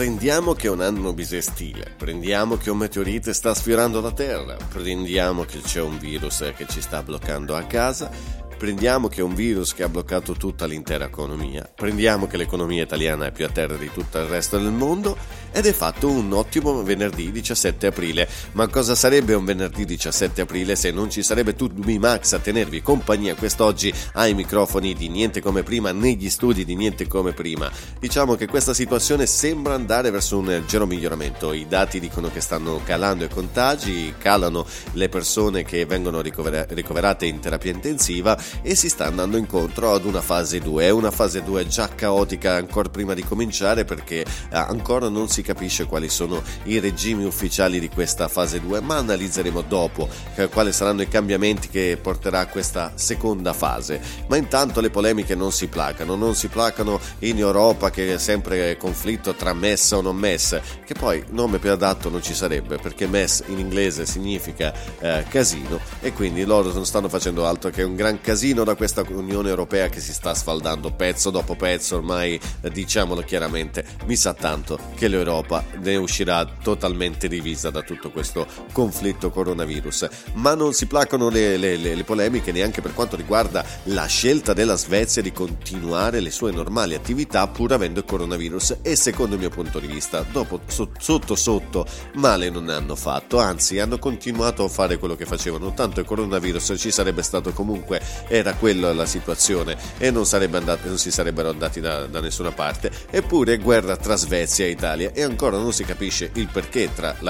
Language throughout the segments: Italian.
Prendiamo che è un anno bisestile, prendiamo che un meteorite sta sfiorando la Terra, prendiamo che c'è un virus che ci sta bloccando a casa, prendiamo che è un virus che ha bloccato tutta l'intera economia, prendiamo che l'economia italiana è più a terra di tutto il resto del mondo ed è fatto un ottimo venerdì 17 aprile. Ma cosa sarebbe un venerdì 17 aprile se non ci sarebbe Tubi Max a tenervi compagnia quest'oggi ai microfoni di Niente Come Prima, negli studi di Niente Come Prima? Diciamo che questa situazione sembra andare verso un leggero miglioramento, i dati dicono che stanno calando i contagi, calano le persone che vengono ricoverate in terapia intensiva e si sta andando incontro ad una fase 2. È una fase 2 già caotica ancora prima di cominciare, perché ancora non si capisce quali sono i regimi ufficiali di questa fase 2, ma analizzeremo dopo quali saranno i cambiamenti che porterà questa seconda fase. Ma intanto le polemiche non si placano in Europa, che è sempre conflitto tra MES o non MES, che poi nome più adatto non ci sarebbe, perché MES in inglese significa casino, e quindi loro non stanno facendo altro che un gran casino da questa Unione Europea che si sta sfaldando pezzo dopo pezzo. Ormai diciamolo chiaramente, mi sa tanto che l'Europa ne uscirà totalmente divisa da tutto questo conflitto coronavirus. Ma non si placano le polemiche neanche per quanto riguarda la scelta della Svezia di continuare le sue normali attività pur avendo il coronavirus, e secondo il mio punto di vista dopo sotto male non hanno fatto, anzi hanno continuato a fare quello che facevano, tanto il coronavirus ci sarebbe stato comunque, era quella la situazione e non si sarebbero andati da nessuna parte. Eppure guerra tra Svezia e Italia, e ancora non si capisce il perché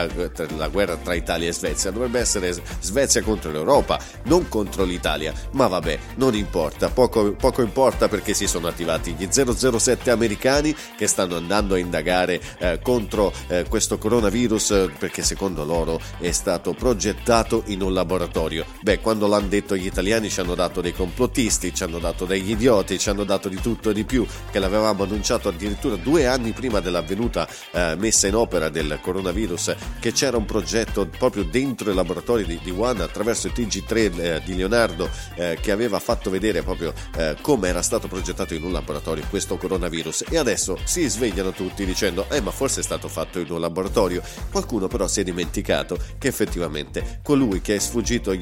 la guerra tra Italia e Svezia. Dovrebbe essere Svezia contro l'Europa, non contro l'Italia, ma vabbè, non importa, poco importa, perché si sono attivati gli 007 americani che stanno andando a indagare contro questo coronavirus, perché secondo loro è stato progettato in un laboratorio. Quando l'hanno detto gli italiani ci hanno dato dei complottisti, ci hanno dato degli idioti, ci hanno dato di tutto e di più, che l'avevamo annunciato addirittura 2 anni prima dell'avvenuta messa in opera del coronavirus, che c'era un progetto proprio dentro i laboratori di Wuhan attraverso il TG3 di Leonardo, che aveva fatto vedere proprio come era stato progettato in un laboratorio questo coronavirus. E adesso si svegliano tutti dicendo ma forse è stato fatto in un laboratorio. Qualcuno però si è dimenticato che effettivamente colui che gli è sfuggito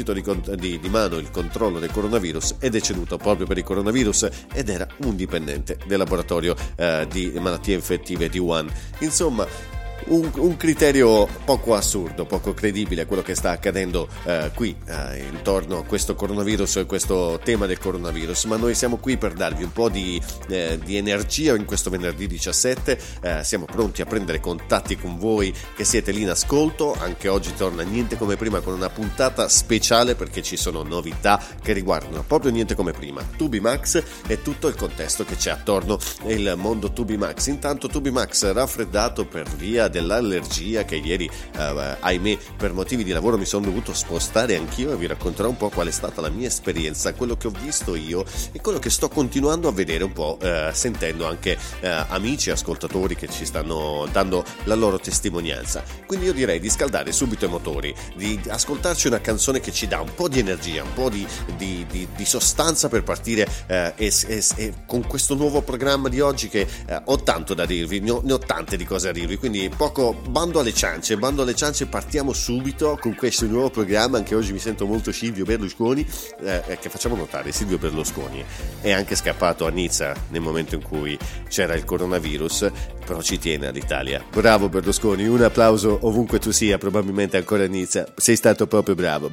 di mano il controllo del coronavirus è deceduto proprio per il coronavirus, ed era un dipendente del laboratorio di malattie infettive di Wuhan. Insomma, un criterio poco assurdo, poco credibile quello che sta accadendo qui intorno a questo coronavirus e questo tema del coronavirus. Ma noi siamo qui per darvi un po' di energia in questo venerdì 17. Siamo pronti a prendere contatti con voi che siete lì in ascolto. Anche oggi torna Niente Come Prima con una puntata speciale, perché ci sono novità che riguardano proprio Niente Come Prima, Tubi Max e tutto il contesto che c'è attorno il mondo Tubi Max. Intanto Tubi Max raffreddato per via dell'allergia, che ieri ahimè per motivi di lavoro mi sono dovuto spostare anch'io, e vi racconterò un po' qual è stata la mia esperienza, quello che ho visto io e quello che sto continuando a vedere un po', sentendo anche amici e ascoltatori che ci stanno dando la loro testimonianza. Quindi io direi di scaldare subito i motori, di ascoltarci una canzone che ci dà un po' di energia, un po' di sostanza per partire e con questo nuovo programma di oggi, che ho tanto da dirvi, ne ho tante di cose a dirvi, quindi poco bando alle ciance, partiamo subito con questo nuovo programma. Anche oggi mi sento molto Silvio Berlusconi, che facciamo notare, Silvio Berlusconi è anche scappato a Nizza nel momento in cui c'era il coronavirus, però ci tiene all'Italia. Bravo Berlusconi, un applauso ovunque tu sia, probabilmente ancora a Nizza, sei stato proprio bravo.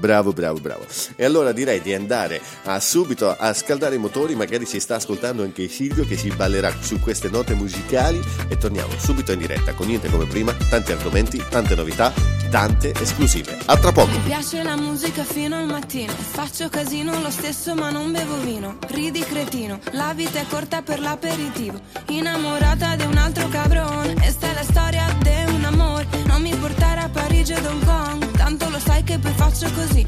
E allora direi di andare subito a scaldare i motori, magari si sta ascoltando anche Silvio che si ballerà su queste note musicali, e torniamo subito in diretta con Niente Come Prima, tanti argomenti, tante novità, tante esclusive. A tra poco. Mi piace la musica fino al mattino, faccio casino lo stesso ma non bevo vino. Ridi cretino, la vita è corta per l'aperitivo, innamorata di un altro cabrone, e sta è la storia di un amore. Non mi portare a Parigi o Hong Kong, tanto lo sai che poi faccio così.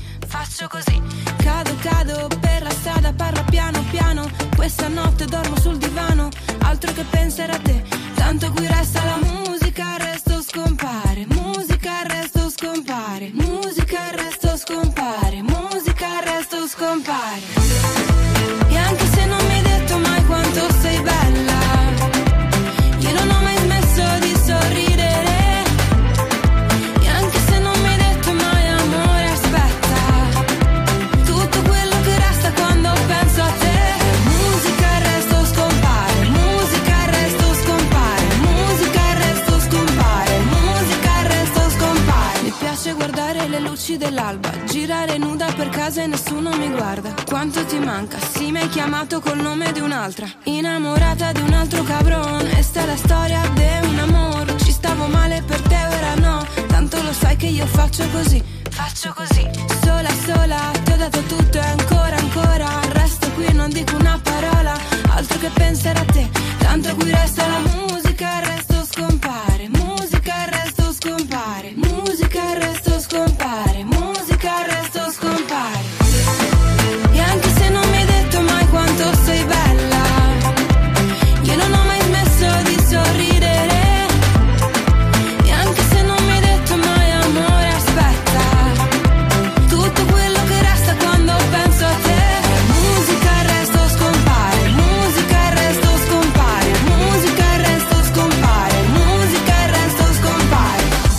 Cado per la strada, parla piano piano, questa notte dormo sul divano, altro che pensare a te, tanto qui resta la musica, il resto scompare, musica, il resto scompare, musica, il resto scompare, musica, il resto scompare. E anche se non mi hai detto mai quanto sei bella, io non ho mai smesso di casa e nessuno mi guarda. Quanto ti manca? Sì, mi hai chiamato col nome di un'altra. Innamorata di un altro cabron. Esta è la storia di un amore. Ci stavo male per te, ora no. Tanto lo sai che io faccio così. Faccio così. Sola, sola, ti ho dato tutto e ancora, ancora. Resto qui e non dico una parola. Altro che pensare a te. Tanto qui resta la musica, il resto scompare. Musica, il resto scompare. Musica, il resto scompare. Musica, il resto scompare. E anche se non mi hai detto mai quanto sei bella, io non ho mai smesso di sorridere. E anche se non mi hai detto mai amore, aspetta, tutto quello che resta quando penso a te. Musica, il resto scompare. Musica, il resto scompare. Musica, il resto scompare. Musica, il resto scompare.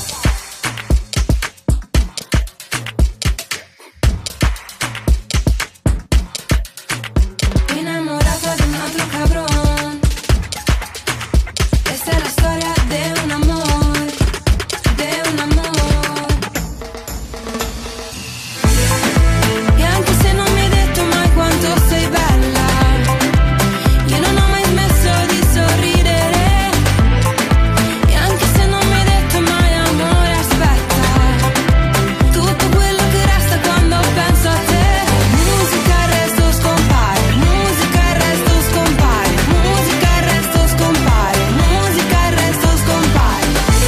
Innamorata di un altro cabron. Questa è la storia di un amore, di un amore. E anche se non mi hai detto mai quanto sei bella, io non ho mai smesso di sorridere. E anche se non mi hai detto mai amore, aspetta, tutto quello che resta quando penso a te. Musica, il resto scompare. Musica, il resto scompare. Musica, il resto scompare. Musica, il resto scompare.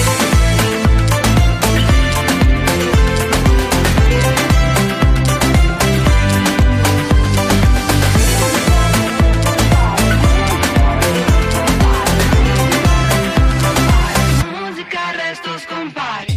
Musica, il resto scompare.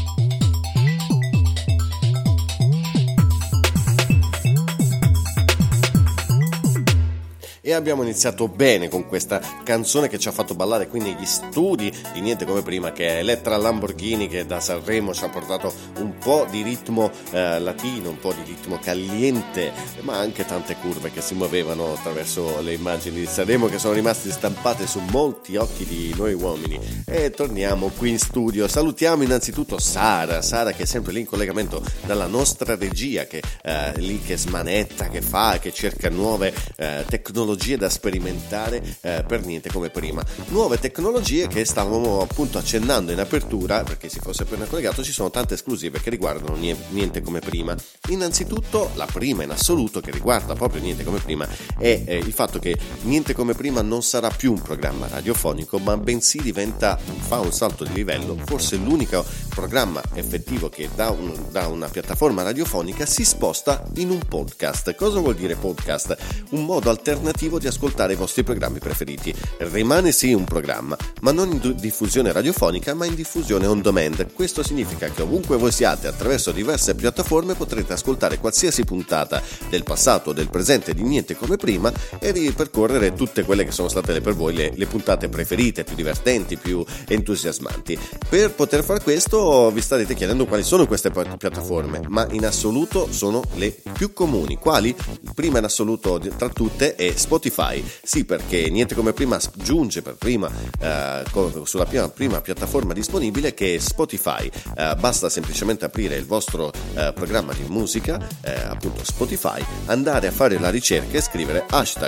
E abbiamo iniziato bene con questa canzone che ci ha fatto ballare qui negli studi di Niente Come Prima, che è Elettra Lamborghini, che da Sanremo ci ha portato un po' di ritmo latino, un po' di ritmo caliente, ma anche tante curve che si muovevano attraverso le immagini di Sanremo, che sono rimaste stampate su molti occhi di noi uomini. E torniamo qui in studio. Salutiamo innanzitutto Sara che è sempre lì in collegamento dalla nostra regia, che lì che smanetta, che fa, che cerca nuove tecnologie da sperimentare per Niente Come Prima. Nuove tecnologie che stavamo appunto accennando in apertura, perché si fosse appena collegato. Ci sono tante esclusive che riguardano Niente Come Prima. Innanzitutto la prima in assoluto, che riguarda proprio Niente Come Prima, è il fatto che Niente Come Prima non sarà più un programma radiofonico, ma bensì fa un salto di livello. Forse l'unico programma effettivo che da una piattaforma radiofonica si sposta in un podcast. Cosa vuol dire podcast? Un modo alternativo di ascoltare i vostri programmi preferiti. Rimane sì un programma, ma non in diffusione radiofonica, ma in diffusione on demand. Questo significa che ovunque voi siate, attraverso diverse piattaforme, potrete ascoltare qualsiasi puntata del passato o del presente di Niente Come Prima e ripercorrere tutte quelle che sono state per voi le puntate preferite, più divertenti, più entusiasmanti. Per poter fare questo vi starete chiedendo quali sono queste piattaforme, ma in assoluto sono le più comuni. Quali? Prima in assoluto tra tutte è Spotify. Sì, perché Niente Come Prima giunge per prima sulla prima piattaforma disponibile, che è Spotify. Basta semplicemente aprire il vostro programma di musica, appunto Spotify, andare a fare la ricerca e scrivere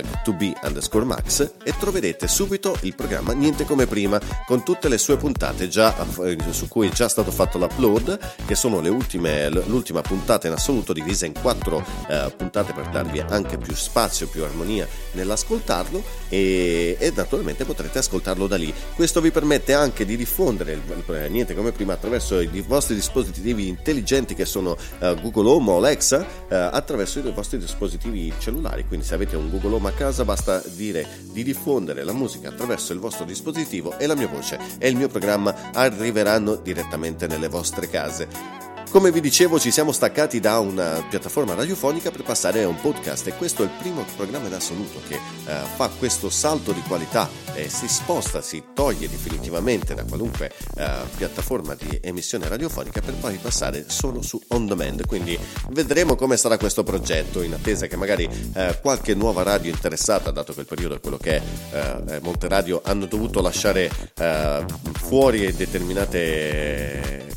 #2b_max e troverete subito il programma Niente Come Prima con tutte le sue puntate già su cui è già stato fatto l'upload, che sono l'ultima puntata in assoluto, divisa in 4 puntate per darvi anche più spazio, più armonia nell'ascoltarlo, e naturalmente potrete ascoltarlo da lì. Questo vi permette anche di diffondere il Niente Come Prima attraverso i vostri dispositivi intelligenti, che sono Google Home o Alexa, attraverso i vostri dispositivi cellulari. Quindi se avete un Google Home a casa, basta dire di diffondere la musica attraverso il vostro dispositivo e la mia voce e il mio programma arriveranno direttamente nelle vostre case. Come vi dicevo, ci siamo staccati da una piattaforma radiofonica per passare a un podcast, e questo è il primo programma in assoluto che fa questo salto di qualità e si toglie definitivamente da qualunque piattaforma di emissione radiofonica per poi passare solo su on demand. Quindi vedremo come sarà questo progetto, in attesa che magari qualche nuova radio interessata, dato che il periodo è quello che è, molte radio hanno dovuto lasciare fuori determinate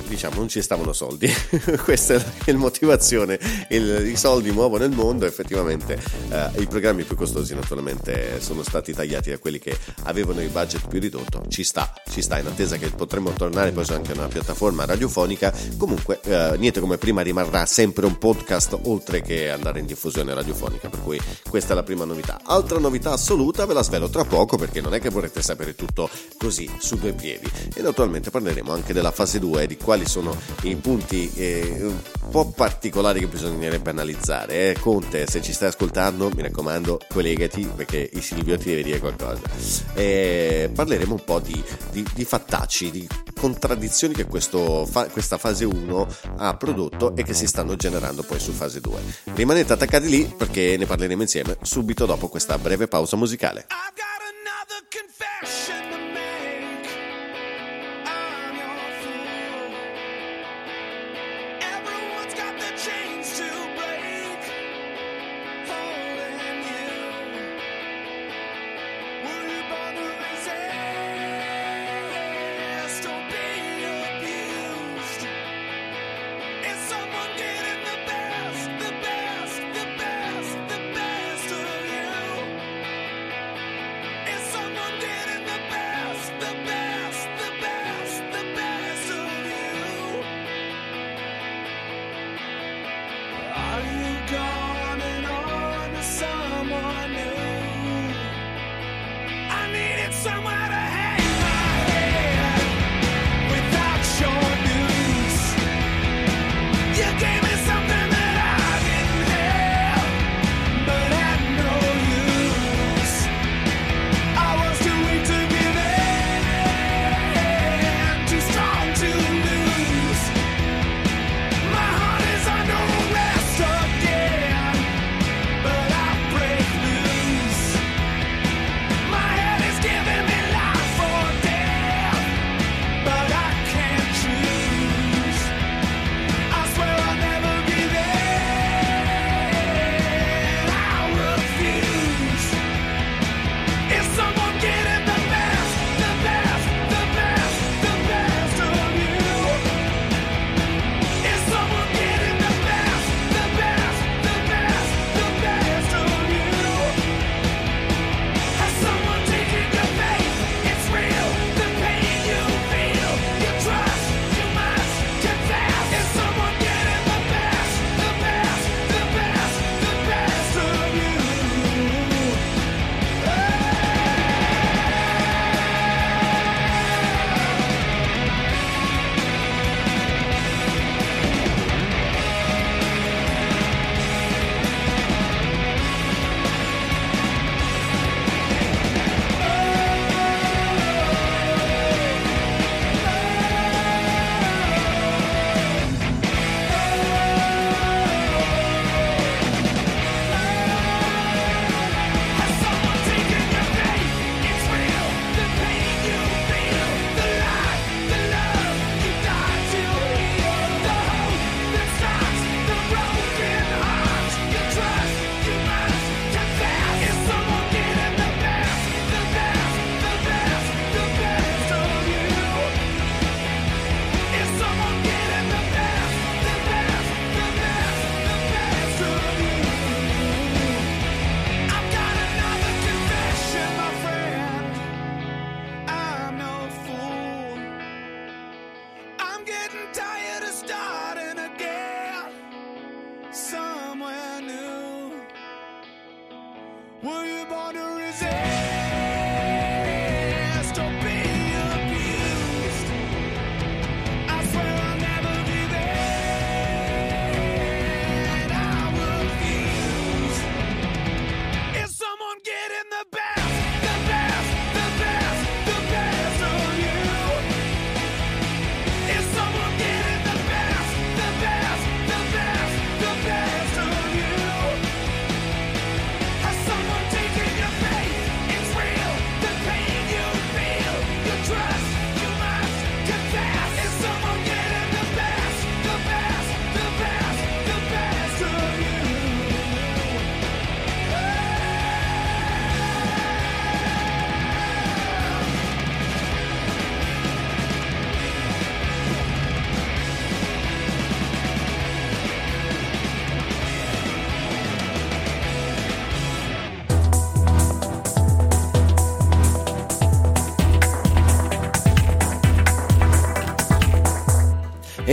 diciamo non ci stavano soldi. Questa è la motivazione, i soldi muovono il mondo. Effettivamente i programmi più costosi naturalmente sono stati tagliati da quelli che avevano il budget più ridotto. Ci sta, in attesa che potremo tornare poi su anche una piattaforma radiofonica. Comunque niente come prima, rimarrà sempre un podcast oltre che andare in diffusione radiofonica, per cui questa è la prima novità. Altra novità assoluta ve la svelo tra poco, perché non è che vorrete sapere tutto così su due piedi, e naturalmente parleremo anche della fase 2, di quali sono i punti un po' particolari che bisognerebbe analizzare. Conte, se ci stai ascoltando, mi raccomando, collegati, perché il Silvio ti deve dire qualcosa. Parleremo un po' di fattacci, di contraddizioni che questa fase 1 ha prodotto e che si stanno generando poi su fase 2. Rimanete attaccati lì, perché ne parleremo insieme subito dopo questa breve pausa musicale.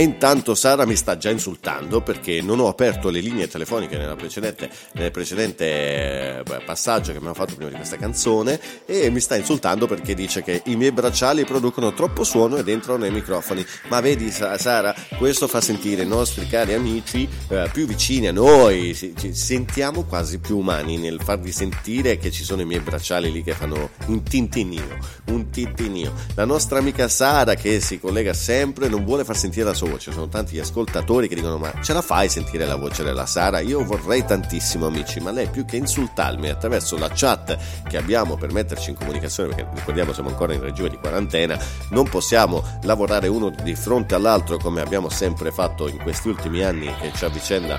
E intanto Sara mi sta già insultando perché non ho aperto le linee telefoniche nel precedente passaggio che abbiamo fatto prima di questa canzone, e mi sta insultando perché dice che i miei bracciali producono troppo suono ed entrano nei microfoni. Ma vedi Sara, questo fa sentire i nostri cari amici più vicini a noi, ci sentiamo quasi più umani nel farvi sentire che ci sono i miei bracciali lì che fanno un tintinnio. La nostra amica Sara, che si collega sempre, non vuole far sentire la sua voce. Sono tanti gli ascoltatori che dicono: ma ce la fai sentire la voce della Sara? Io vorrei tantissimo, amici, ma lei più che insultarmi attraverso la chat che abbiamo per metterci in comunicazione, perché ricordiamo siamo ancora in regime di quarantena, non possiamo lavorare uno di fronte all'altro come abbiamo sempre fatto in questi ultimi anni che ci avvicenda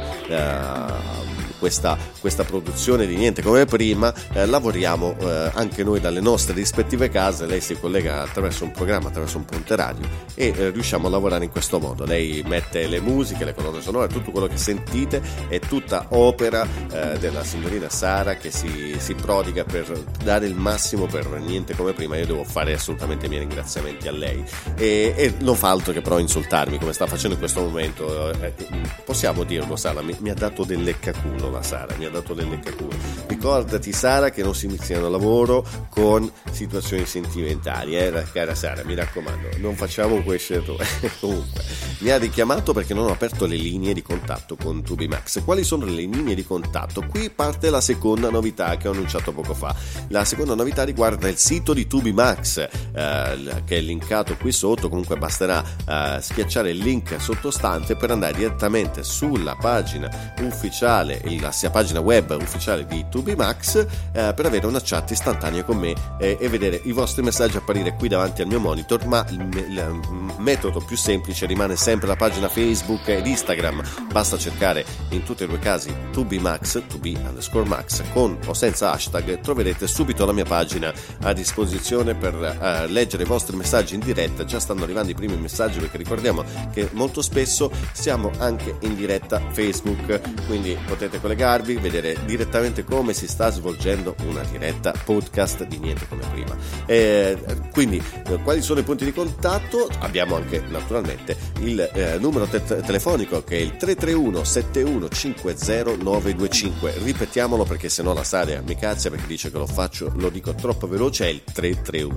questa produzione di Niente Come Prima. Lavoriamo anche noi dalle nostre rispettive case. Lei si collega attraverso un programma, attraverso un ponte radio, e riusciamo a lavorare in questo modo. Lei mette le musiche, le colonne sonore, tutto quello che sentite è tutta opera della signorina Sara, che si prodiga per dare il massimo per Niente Come Prima. Io devo fare assolutamente i miei ringraziamenti a lei, e non fa altro che però insultarmi come sta facendo in questo momento. Possiamo dirlo, Sara, mi ha dato del leccaculo. La Sara mi ha dato del leccaculo. Ricordati, Sara, che non si iniziano a lavoro con situazioni sentimentali, cara Sara, mi raccomando, non facciamo questo errore. Comunque mi ha richiamato perché non ho aperto le linee di contatto con TubiMax. Quali sono le linee di contatto? Qui parte la seconda novità che ho annunciato poco fa. La seconda novità riguarda il sito di TubiMax, che è linkato qui sotto. Comunque basterà schiacciare il link sottostante per andare direttamente sulla pagina ufficiale, la pagina web ufficiale di TubiMax, per avere una chat istantanea con me e vedere i vostri messaggi apparire qui davanti al mio monitor. Ma il metodo più semplice rimane sempre la pagina Facebook ed Instagram. Basta cercare in tutti e due casi TubiMax, @Max, con o senza hashtag. Troverete subito la mia pagina a disposizione per leggere i vostri messaggi in diretta. Già stanno arrivando i primi messaggi, perché ricordiamo che molto spesso siamo anche in diretta Facebook, quindi potete collegarvi, vedere direttamente come si sta svolgendo una diretta podcast di Niente Come Prima. Quindi quali sono i punti di contatto? Abbiamo anche naturalmente il numero telefonico, che è il 331 7150 925. Ripetiamolo, perché sennò la Sara mi cazza, perché dice che lo dico troppo veloce. È il 331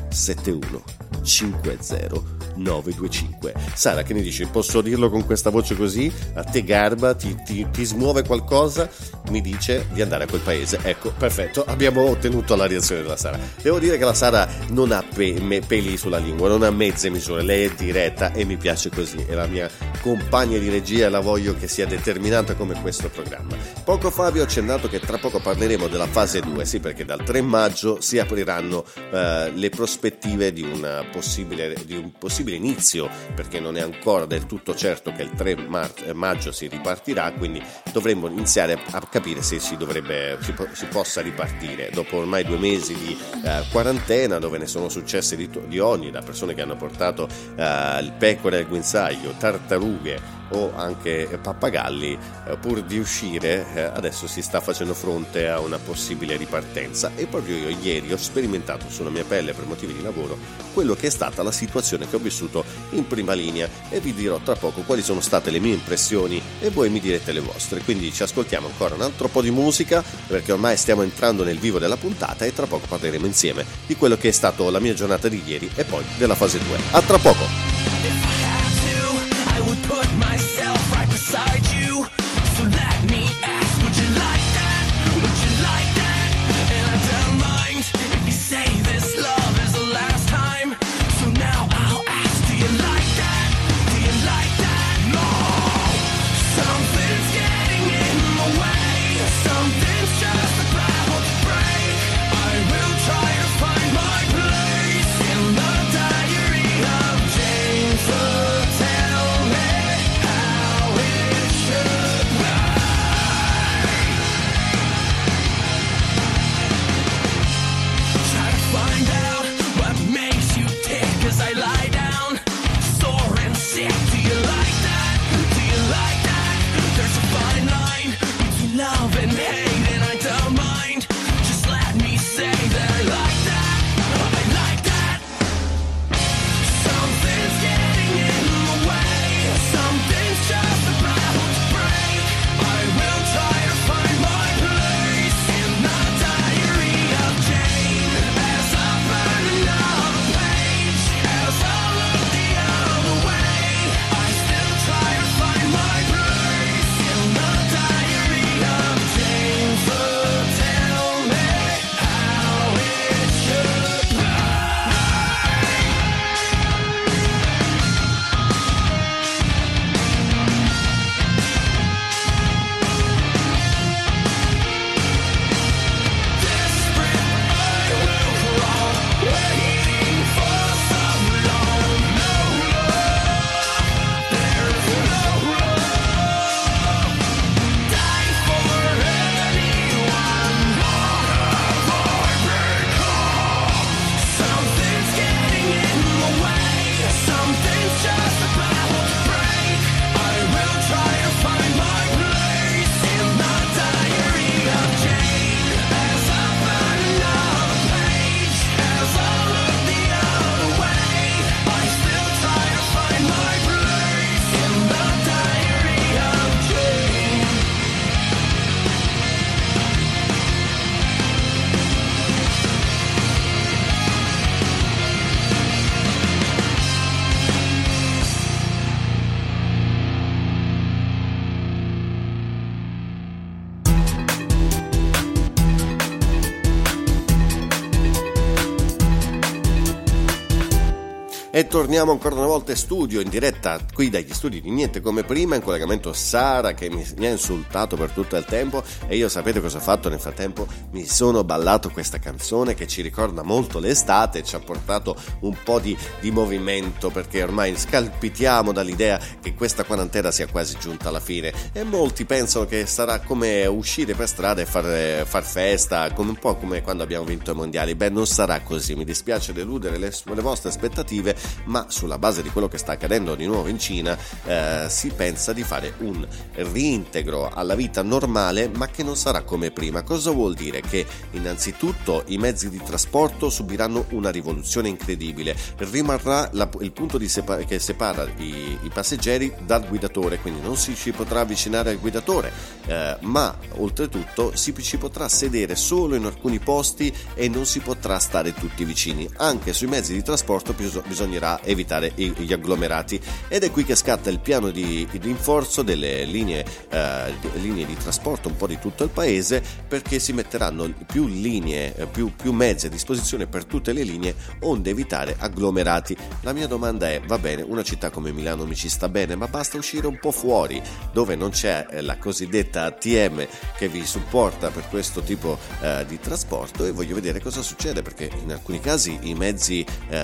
7150 925. Sara, che ne dici? Posso dirlo con questa voce così? A te garba? Ti smuove qualcosa? Mi dice di andare a quel paese. Ecco, perfetto, abbiamo ottenuto la reazione della Sara. Devo dire che la Sara non ha peli sulla lingua, non ha mezze misure, lei è diretta e mi piace così. È la mia compagna di regia e la voglio che sia determinata come questo programma. Poco fa vi ho accennato che tra poco parleremo della fase 2, sì, perché dal 3 maggio si apriranno le prospettive di un possibile inizio, perché non è ancora del tutto certo che il 3 maggio si ripartirà, quindi dovremmo iniziare a capire se si possa ripartire dopo ormai 2 mesi di quarantena, dove ne sono successe di ogni, da persone che hanno portato il pecore al guinzaglio, tartarughe o anche pappagalli, pur di uscire. Adesso si sta facendo fronte a una possibile ripartenza, e proprio io ieri ho sperimentato sulla mia pelle, per motivi di lavoro, quello che è stata la situazione che ho vissuto in prima linea, e vi dirò tra poco quali sono state le mie impressioni e voi mi direte le vostre. Quindi ci ascoltiamo ancora un altro po' di musica, perché ormai stiamo entrando nel vivo della puntata, e tra poco parleremo insieme di quello che è stato la mia giornata di ieri e poi della fase 2. A tra poco. Try to find my place in the diary of James. E torniamo ancora una volta in studio, in diretta qui dagli studi di Niente Come Prima, in collegamento Sara che mi ha insultato per tutto il tempo, e io sapete cosa ho fatto nel frattempo? Mi sono ballato questa canzone che ci ricorda molto l'estate, ci ha portato un po' di movimento, perché ormai scalpitiamo dall'idea che questa quarantena sia quasi giunta alla fine, e molti pensano che sarà come uscire per strada e far festa, come un po' come quando abbiamo vinto i mondiali. Beh, non sarà così, mi dispiace deludere le vostre aspettative, ma sulla base di quello che sta accadendo di nuovo in Cina si pensa di fare un reintegro alla vita normale, ma che non sarà come prima. Cosa vuol dire? Che innanzitutto i mezzi di trasporto subiranno una rivoluzione incredibile, rimarrà il punto che separa i passeggeri dal guidatore, quindi non si ci potrà avvicinare al guidatore, ma oltretutto ci potrà sedere solo in alcuni posti e non si potrà stare tutti vicini. Anche sui mezzi di trasporto bisognerà evitare gli agglomerati, ed è qui che scatta il piano di rinforzo delle linee di trasporto un po' di tutto il paese, perché si metteranno più mezzi a disposizione per tutte le linee, onde evitare agglomerati. La mia domanda è: va bene, una città come Milano mi ci sta bene, ma basta uscire un po' fuori, dove non c'è la cosiddetta ATM che vi supporta per questo tipo di trasporto, e voglio vedere cosa succede, perché in alcuni casi i mezzi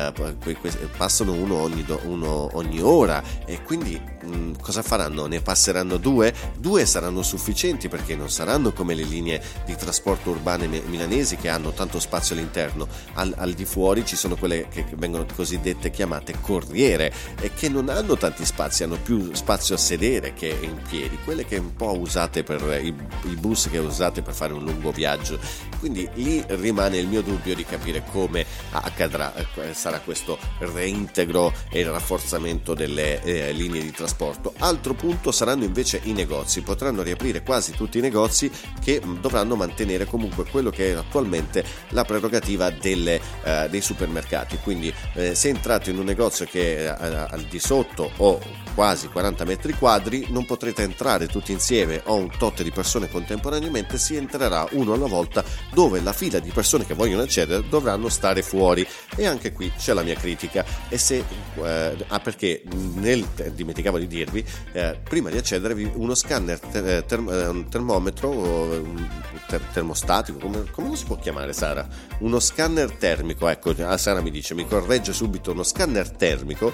passano uno ogni ora, e quindi cosa faranno? Ne passeranno due saranno sufficienti, perché non saranno come le linee di trasporto urbane milanesi che hanno tanto spazio all'interno. Al di fuori ci sono quelle che vengono cosiddette chiamate corriere, e che non hanno tanti spazi, hanno più spazio a sedere che in piedi, quelle che un po' usate per i bus che usate per fare un lungo viaggio. Quindi lì rimane il mio dubbio di capire come accadrà, sarà questo reintegro e il rafforzamento delle linee di trasporto. Altro punto saranno invece i negozi. Potranno riaprire quasi tutti i negozi, che dovranno mantenere comunque quello che è attualmente la prerogativa dei supermercati. Quindi se entrate in un negozio che è al di sotto o quasi 40 metri quadri, non potrete entrare tutti insieme o un tot di persone contemporaneamente, si entrerà uno alla volta, dove la fila di persone che vogliono accedere dovranno stare fuori. E anche qui c'è la mia critica, e perché dimenticavo di dirvi, prima di accedervi uno scanner termometro termostatico, come lo si può chiamare, Sara? Uno scanner termico, ecco, Sara mi corregge subito, uno scanner termico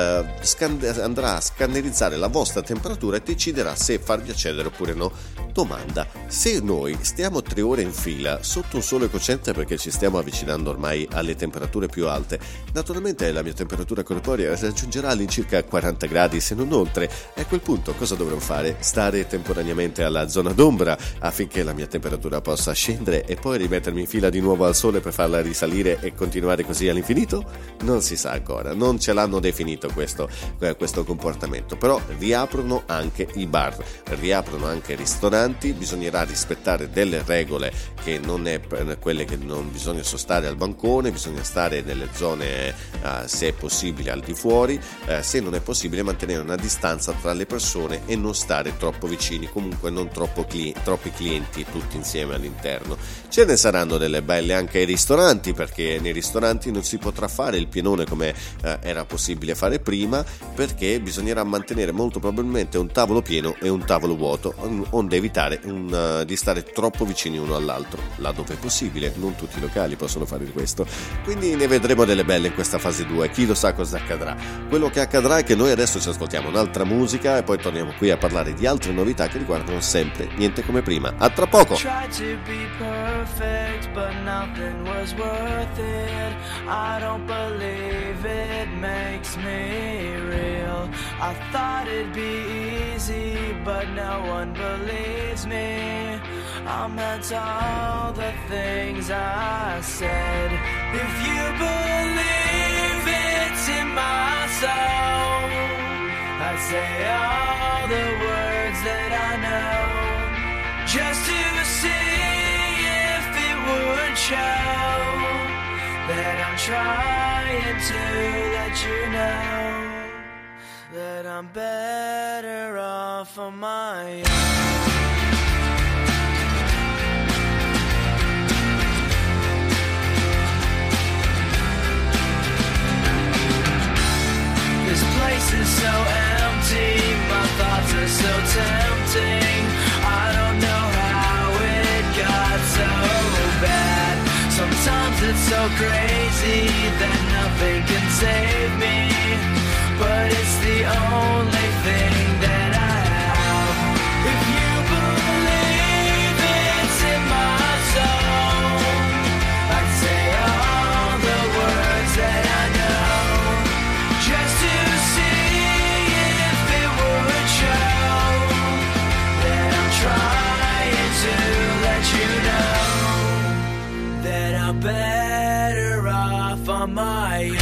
andrà a scannerizzare la vostra temperatura e deciderà se farvi accedere oppure no. Domanda: se noi stiamo 3 ore in fila sotto un sole cocente, perché ci stiamo avvicinando ormai alle temperature più alte, naturalmente la mia temperatura corporea raggiungerà all'incirca 40 gradi, se non oltre, e a quel punto cosa dovrò fare? Stare temporaneamente alla zona d'ombra affinché la mia temperatura possa scendere e poi rimettermi in fila di nuovo al sole per farla risalire e continuare così all'infinito? Non si sa ancora, non ce l'hanno definito questo comportamento. Però riaprono anche i bar, riaprono anche i ristoranti, bisognerà rispettare delle regole, che non è quelle che non bisogna sostare al bancone, bisogna stare nelle zone se è possibile al di fuori, se non è possibile mantenere una distanza tra le persone e non stare troppo vicini, comunque non troppi clienti tutti insieme all'interno. Ce ne saranno delle belle anche ai ristoranti, perché nei ristoranti non si potrà fare il pienone come era possibile fare prima, perché bisognerà mantenere molto probabilmente un tavolo pieno e un tavolo vuoto, onde evitare di stare troppo vicini uno all'altro, laddove è possibile. Non tutti i locali possono fare questo, quindi ne vedremo delle belle in questa fase 2, chi lo sa cosa accadrà. Quello che accadrà è che noi adesso ci ascoltiamo un'altra musica e poi torniamo qui a parlare di altre novità che riguardano sempre Niente Come Prima. A tra poco. I thought it'd be easy, but no one believes me. I meant all the things I said. If you believe it's in my soul, I'd say all the words that I know, just to see if it would show that I'm trying to let you know that I'm better off on my own. so crazy that nothing can save me, but it's the only thing that I have. If you believe it's in my soul, I'd say all the words that I know, just to see if it would show that I'm trying to let you know that I'm better off on my own.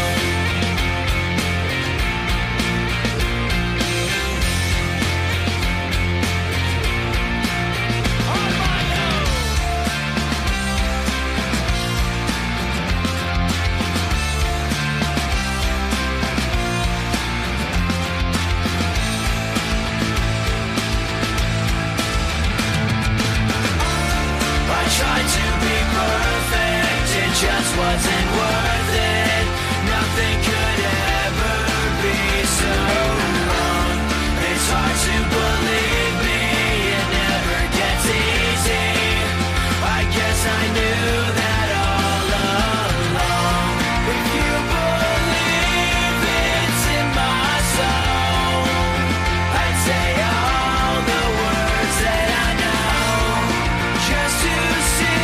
Just wasn't worth it. Nothing could ever be so wrong. It's hard to believe me, it never gets easy. I guess I knew that all along. If you believe it's in my soul, I'd say all the words that I know, just to see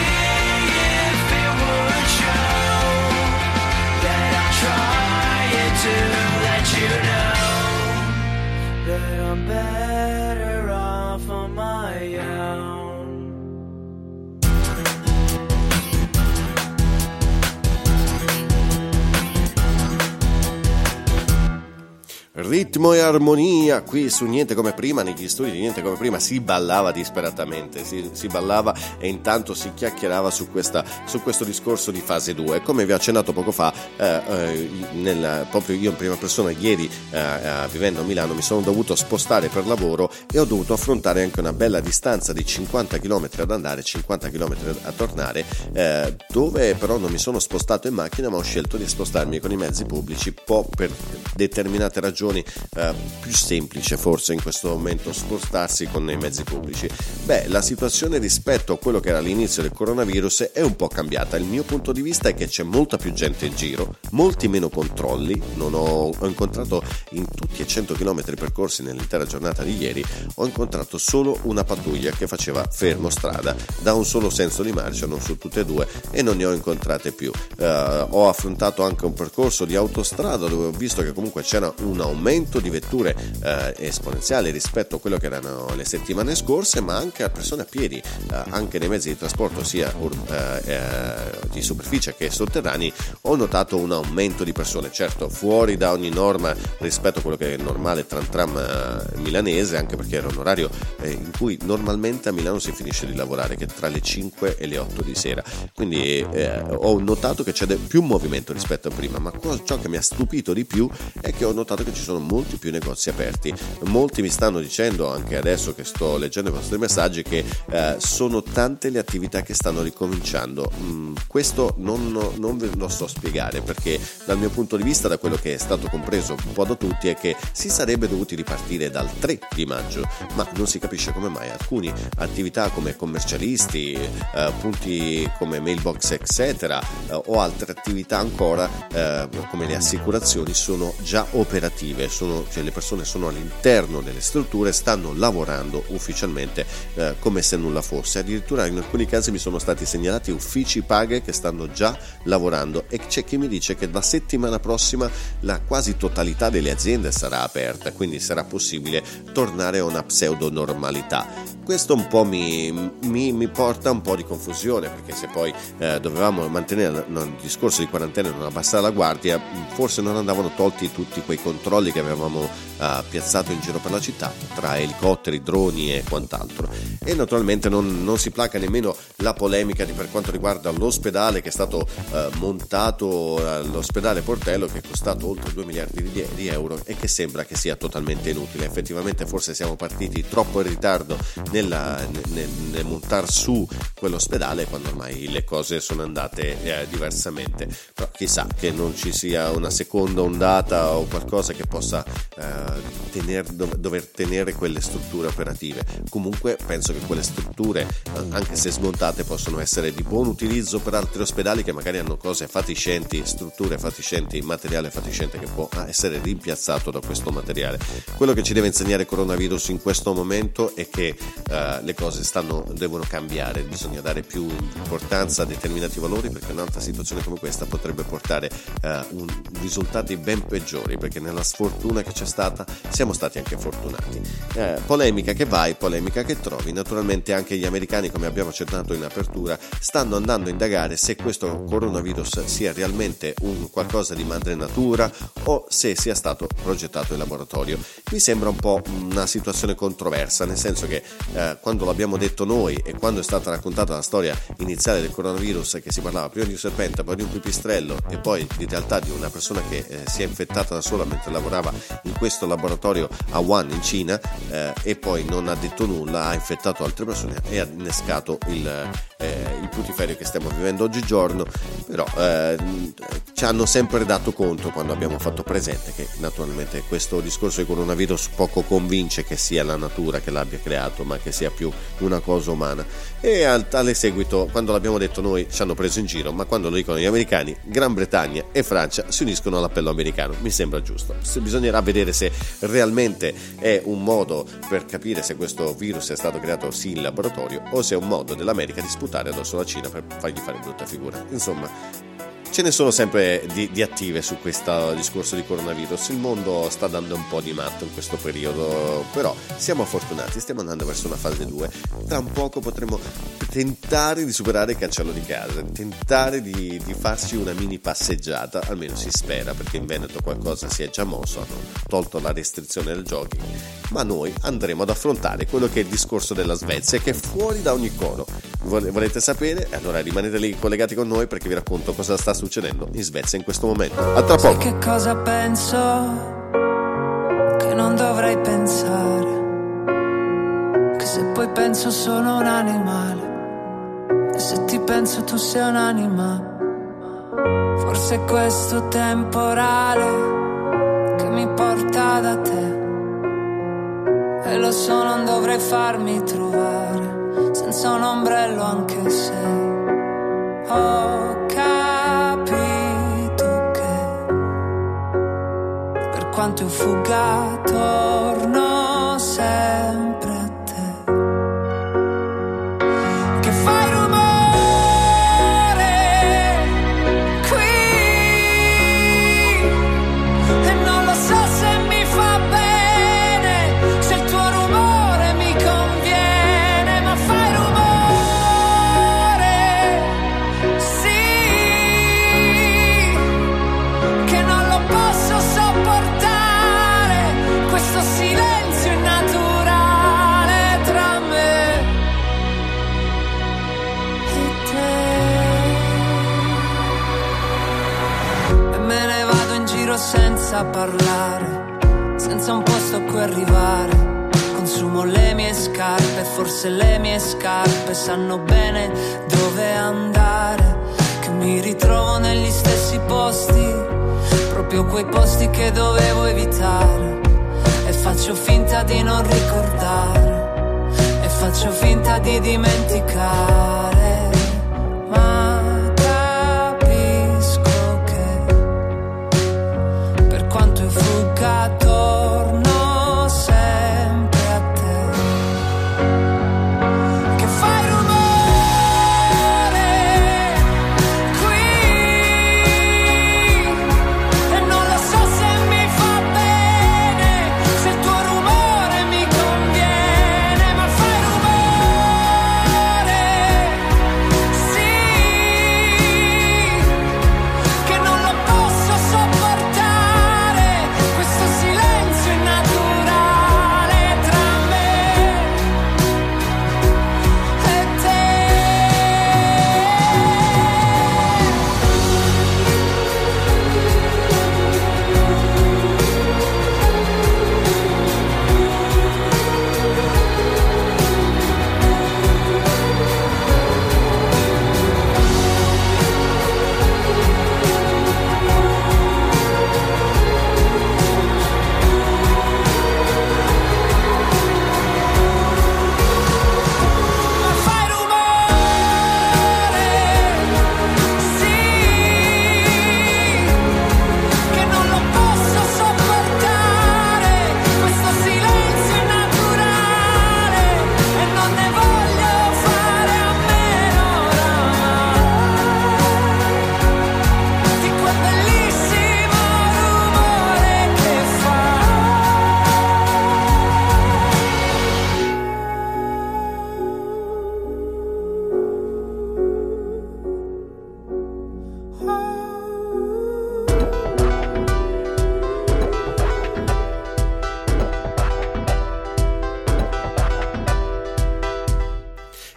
to let you know that I'm better off on my own. Ritmo e armonia qui su Niente Come Prima. Negli studi di Niente Come Prima si ballava disperatamente, si ballava e intanto si chiacchierava su questo discorso di fase 2. Come vi ho accennato poco fa, proprio io in prima persona ieri, vivendo a Milano, mi sono dovuto spostare per lavoro e ho dovuto affrontare anche una bella distanza di 50 km ad andare, 50 km a tornare, dove però non mi sono spostato in macchina, ma ho scelto di spostarmi con i mezzi pubblici, per determinate ragioni più semplice forse in questo momento spostarsi con i mezzi pubblici. La situazione rispetto a quello che era all'inizio del coronavirus è un po' cambiata. Il mio punto di vista è che c'è molta più gente in giro, molti meno controlli. Ho incontrato in tutti i 100 km percorsi nell'intera giornata di ieri, ho incontrato solo una pattuglia che faceva fermo strada da un solo senso di marcia, non su tutte e due, e non ne ho incontrate più. Ho affrontato anche un percorso di autostrada dove ho visto che comunque c'era un aumento di vetture esponenziale rispetto a quello che erano le settimane scorse, ma anche a persone a piedi, anche nei mezzi di trasporto sia di superficie che sotterranei. Ho notato un aumento di persone, certo fuori da ogni norma rispetto a quello che è il normale tram milanese, anche perché era un orario in cui normalmente a Milano si finisce di lavorare, che è tra le 5 e le 8 di sera, quindi ho notato che c'è più movimento rispetto a prima, ma ciò che mi ha stupito di più è che ho notato che ci sono molti più negozi aperti. Molti mi stanno dicendo, anche adesso che sto leggendo i vostri messaggi, che sono tante le attività che stanno ricominciando. Questo non ve lo so spiegare, perché dal mio punto di vista, da quello che è stato compreso un po' da tutti, è che si sarebbe dovuti ripartire dal 3 di maggio, ma non si capisce come mai alcune attività come commercialisti, punti come mailbox eccetera, o altre attività ancora come le assicurazioni sono già operative, cioè le persone sono all'interno delle strutture, stanno lavorando ufficialmente come se nulla fosse. Addirittura in alcuni casi mi sono stati segnalati uffici paghe che stanno già lavorando, e c'è chi mi dice che la settimana prossima la quasi totalità delle aziende sarà aperta, quindi sarà possibile tornare a una pseudo normalità. Questo un po' mi porta un po' di confusione, perché se poi dovevamo mantenere il discorso di quarantena e non abbassare la guardia, forse non andavano tolti tutti quei controlli che avevamo piazzato in giro per la città, tra elicotteri, droni e quant'altro. E naturalmente non si placa nemmeno la polemica per quanto riguarda l'ospedale che è stato montato, l'ospedale Portello, che è costato oltre 2 miliardi di euro e che sembra che sia totalmente inutile. Effettivamente forse siamo partiti troppo in ritardo nel montare su quell'ospedale, quando ormai le cose sono andate diversamente. Però chissà che non ci sia una seconda ondata o qualcosa che possa possa dover tenere quelle strutture operative. Comunque penso che quelle strutture, anche se smontate, possono essere di buon utilizzo per altri ospedali che magari hanno cose fatiscenti, strutture fatiscenti, materiale fatiscente che può essere rimpiazzato da questo materiale. Quello che ci deve insegnare il coronavirus in questo momento è che le cose devono cambiare, bisogna dare più importanza a determinati valori, perché un'altra situazione come questa potrebbe portare risultati ben peggiori, perché nella sfortuna che c'è stata siamo stati anche fortunati. Polemica che vai, polemica che trovi. Naturalmente anche gli americani, come abbiamo accennato in apertura, stanno andando a indagare se questo coronavirus sia realmente un qualcosa di madre natura o se sia stato progettato in laboratorio. Mi sembra un po' una situazione controversa, nel senso che quando l'abbiamo detto noi e quando è stata raccontata la storia iniziale del coronavirus, che si parlava prima di un serpente, poi di un pipistrello e poi in realtà di una persona che si è infettata da sola mentre lavorava in questo laboratorio a Wuhan in Cina, e poi non ha detto nulla, ha infettato altre persone e ha innescato il putiferio che stiamo vivendo oggigiorno. Però ci hanno sempre dato conto, quando abbiamo fatto presente, che naturalmente questo discorso di coronavirus poco convince che sia la natura che l'abbia creato, ma che sia più una cosa umana. E a tale seguito, quando l'abbiamo detto noi, ci hanno preso in giro, ma quando lo dicono gli americani, Gran Bretagna e Francia si uniscono all'appello americano. Mi sembra giusto. Bisognerà vedere se realmente è un modo per capire se questo virus è stato creato sì in laboratorio o se è un modo dell'America di sputare addosso alla Cina per fargli fare brutta figura. Insomma, ce ne sono sempre di attive su questo discorso di coronavirus. Il mondo sta dando un po' di matto in questo periodo, però siamo fortunati, stiamo andando verso una fase 2. Tra un poco potremo tentare di superare il cancello di casa, tentare di farci una mini passeggiata, almeno si spera, perché in Veneto qualcosa si è già mosso, hanno tolto la restrizione del jogging, ma noi andremo ad affrontare quello che è il discorso della Svezia, che è fuori da ogni coro. Volete sapere? Allora rimanete lì collegati con noi, perché vi racconto cosa sta succedendo in Svezia in questo momento. A tra poco. Sai che cosa penso? Che non dovrei pensare, che se poi penso sono un animale, e se ti penso tu sei un'anima. Forse è questo temporale che mi porta da te, e lo so non dovrei farmi trovare senza un ombrello, anche se ho capito che per quanto io fugga torno sempre a te, che fai rumore qui e non lo so se mi fa bene, se il tuo rumore mi conviene, ma fai rumore, sì, che non lo posso sopportare, questo silenzio innaturale tra me e te. E me ne vado in giro senza parlare, senza un posto a cui arrivare. Consumo le mie scarpe, forse le mie scarpe sanno bene dove andare, che mi ritrovo negli stessi posti, proprio quei posti che dovevo evitare, e faccio finta di non ricordare, e faccio finta di dimenticare, ma capisco che per quanto io fugga torno sempre a te, che fai rumore qui e non lo so se mi fa bene, se il tuo rumore mi conviene, ma fai rumore, sì,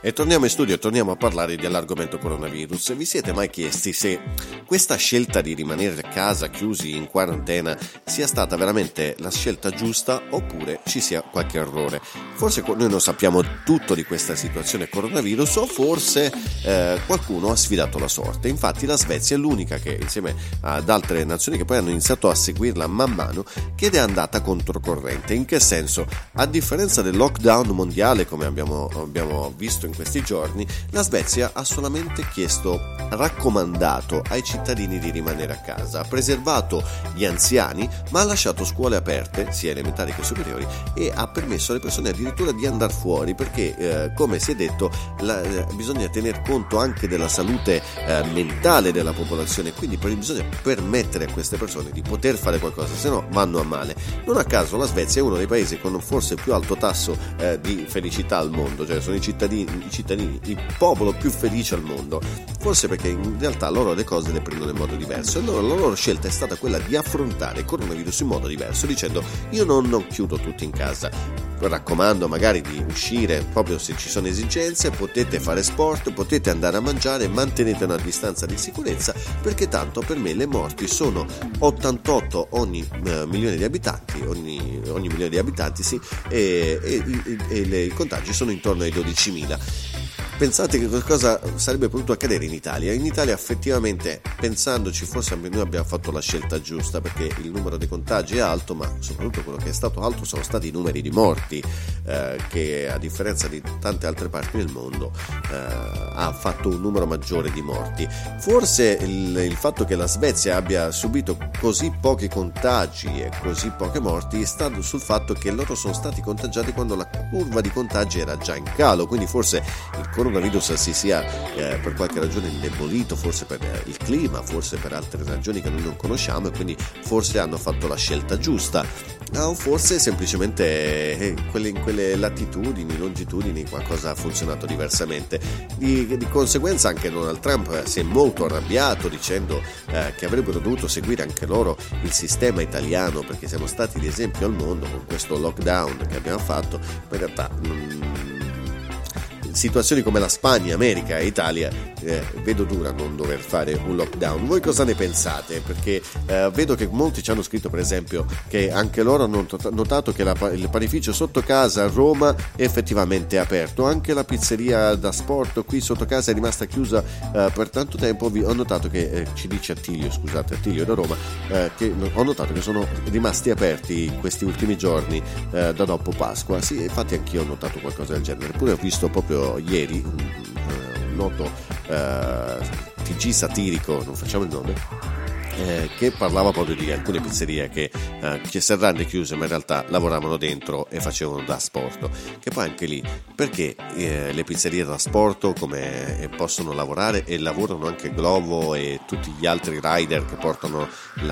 E torniamo in studio e torniamo a parlare dell'argomento coronavirus. Vi siete mai chiesti se questa scelta di rimanere a casa chiusi in quarantena sia stata veramente la scelta giusta oppure ci sia qualche errore? Forse noi non sappiamo tutto di questa situazione coronavirus o forse qualcuno ha sfidato la sorte. Infatti la Svezia è l'unica che, insieme ad altre nazioni che poi hanno iniziato a seguirla man mano, che è andata controcorrente. In che senso? A differenza del lockdown mondiale, come abbiamo visto in questi giorni, la Svezia ha solamente raccomandato ai cittadini di rimanere a casa, ha preservato gli anziani ma ha lasciato scuole aperte, sia elementari che superiori, e ha permesso alle persone addirittura di andare fuori perché come si è detto bisogna tener conto anche della salute mentale della popolazione, quindi bisogna permettere a queste persone di poter fare qualcosa, se no vanno a male. Non a caso la Svezia è uno dei paesi con forse il più alto tasso di felicità al mondo, cioè sono i cittadini, il popolo più felice al mondo, forse perché in realtà loro le cose le prendono in modo diverso, e allora la loro scelta è stata quella di affrontare il coronavirus in modo diverso, dicendo: io non chiudo tutti in casa, raccomando magari di uscire proprio se ci sono esigenze, potete fare sport, potete andare a mangiare, mantenete una distanza di sicurezza, perché tanto per me le morti sono 88 ogni milione di abitanti, ogni milione di abitanti sì, e i contagi sono intorno ai 12.000. Pensate che cosa sarebbe potuto accadere in Italia? In Italia effettivamente, pensandoci, forse noi abbiamo fatto la scelta giusta, perché il numero dei contagi è alto, ma soprattutto quello che è stato alto sono stati i numeri di morti, che a differenza di tante altre parti del mondo ha fatto un numero maggiore di morti. Forse il fatto che la Svezia abbia subito così pochi contagi e così poche morti è stato sul fatto che loro sono stati contagiati quando la curva di contagi era già in calo, quindi forse il coronavirus si sia per qualche ragione indebolito, forse per il clima, forse per altre ragioni che noi non conosciamo, e quindi forse hanno fatto la scelta giusta, o forse semplicemente in quelle latitudini, longitudini qualcosa ha funzionato diversamente. Di conseguenza anche Donald Trump si è molto arrabbiato dicendo che avrebbero dovuto seguire anche loro il sistema italiano, perché siamo stati di esempio al mondo con questo lockdown che abbiamo fatto, ma in realtà situazioni come la Spagna, America e Italia vedo dura non dover fare un lockdown. Voi cosa ne pensate? Perché vedo che molti ci hanno scritto per esempio che anche loro hanno notato che il panificio sotto casa a Roma è effettivamente aperto, anche la pizzeria da sport qui sotto casa è rimasta chiusa per tanto tempo. Ho notato che ci dice Attilio da Roma, che ho notato che sono rimasti aperti questi ultimi giorni da dopo Pasqua. Sì, infatti anch'io ho notato qualcosa del genere, eppure ho visto proprio ieri un noto TG satirico, non facciamo il nome, che parlava proprio di alcune pizzerie che serrande chiuse, ma in realtà lavoravano dentro e facevano da sport. Che poi anche lì, perché le pizzerie da sport come possono lavorare, e lavorano anche Glovo e tutti gli altri rider che portano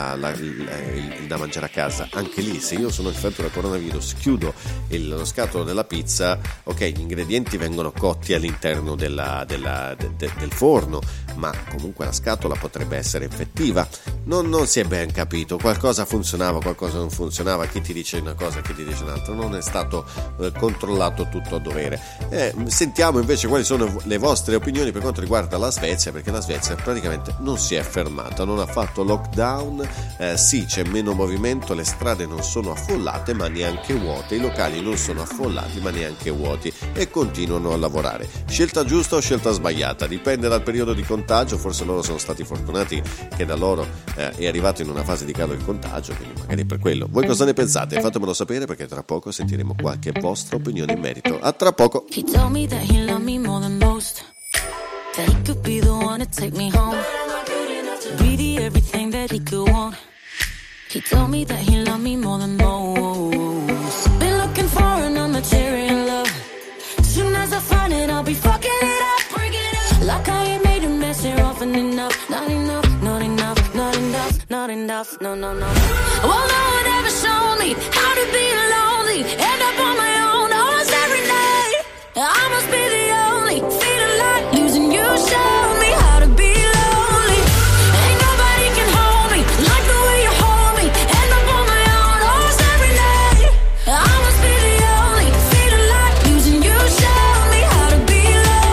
da mangiare a casa? Anche lì, se io sono infetto da coronavirus, chiudo lo scatolo della pizza, ok, gli ingredienti vengono cotti all'interno del forno, ma comunque la scatola potrebbe essere infettiva. Non si è ben capito, qualcosa funzionava, qualcosa non funzionava, chi ti dice una cosa, chi ti dice un'altra, non è stato controllato tutto a dovere. Sentiamo invece quali sono le vostre opinioni per quanto riguarda la Svezia, perché la Svezia praticamente non si è fermata, non ha fatto lockdown, sì, c'è meno movimento, le strade non sono affollate ma neanche vuote, i locali non sono affollati ma neanche vuoti, e continuano a lavorare. Scelta giusta o scelta sbagliata? Dipende dal periodo di contagio, forse loro sono stati fortunati che da loro è arrivato in una fase di calo il contagio, quindi magari per quello. Voi cosa ne pensate? Fatemelo sapere, perché tra poco sentiremo qualche vostra opinione in merito. A tra poco. He told me that he loved me more than most, that he could be the one to take me home, be the everything that he could want. He told me that he loved me more than most. Been looking for an immaterial love, soon as I find it I'll be fucking it up, bring it up. Like I ain't made a mess here often enough. Not enough, not enough, not enough, not enough, no, no, no. Well, no one ever showed me how to be lonely, end up on my own almost every night. I must be the only feeling like losing you. Show me how to be lonely. Ain't nobody can hold me like the way you hold me. End up on my own almost every night. I must be the only feeling like losing you. Show me how to be lonely.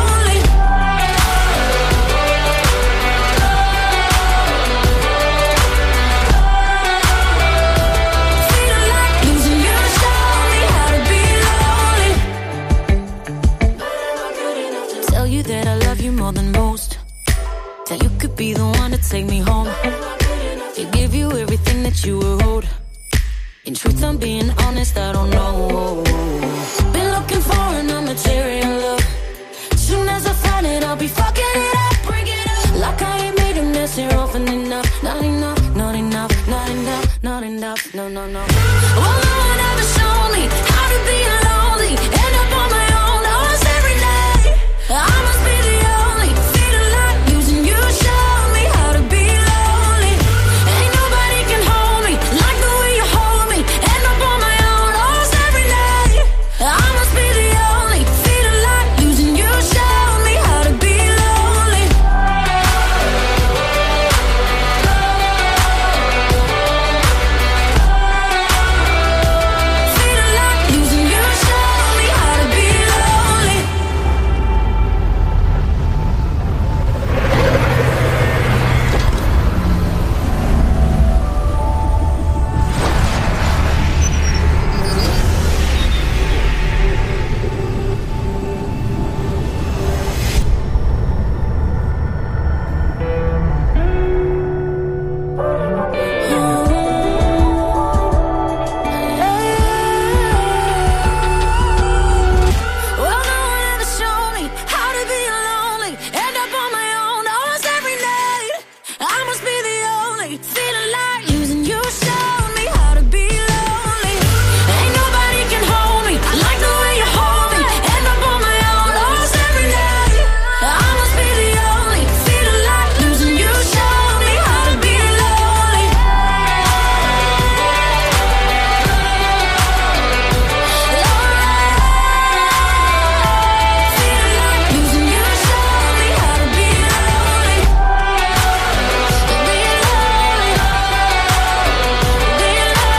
that you were rude. In truth, I'm being honest, I don't know. Been looking for a material love. Soon as I find it, I'll be fucking it up. Bring it up. Like I ain't made a mess here often enough. Not enough, not enough, not enough, not enough, no, no, no. Well, no one ever showed me how to be lonely. End up on my own almost every night. I must be the only feeling like losing you. Show me how to be lonely. Ain't nobody can hold me like the way you hold me. End up on my own almost every night. I must be the only feeling like losing you. Show me how to be lonely. Feeling like losing you. Show me how to be lonely. Well, no one ever showed me how to be lonely. End up on my own almost every night. I must be the only feeling like losing you. Show me how to be lonely. Ain't nobody can hold me like the way you hold me. End up on my own almost every night. I must be the only feeling like losing you. Show me how to be lonely. Feeling like losing you. Show me how to be lonely. Be lonely. Be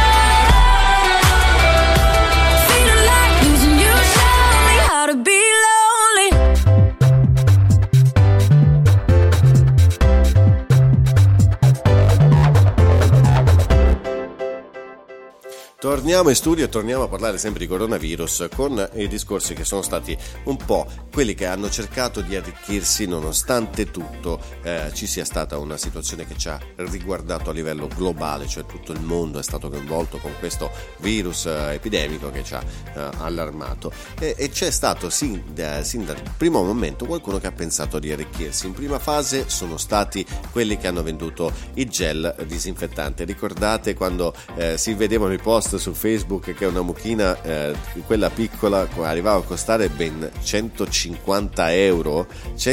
lonely. Feeling like losing you. Show me how to be lonely. Torniamo in studio e torniamo a parlare sempre di coronavirus con i discorsi che sono stati un po' quelli che hanno cercato di arricchirsi nonostante tutto ci sia stata una situazione che ci ha riguardato a livello globale, cioè tutto il mondo è stato coinvolto con questo virus epidemico che ci ha allarmato e c'è stato sin dal primo momento qualcuno che ha pensato di arricchirsi. In prima fase sono stati quelli che hanno venduto il gel disinfettante. Ricordate quando si vedevano i post su Facebook che una mucchina, quella piccola, arrivava a costare ben 150 euro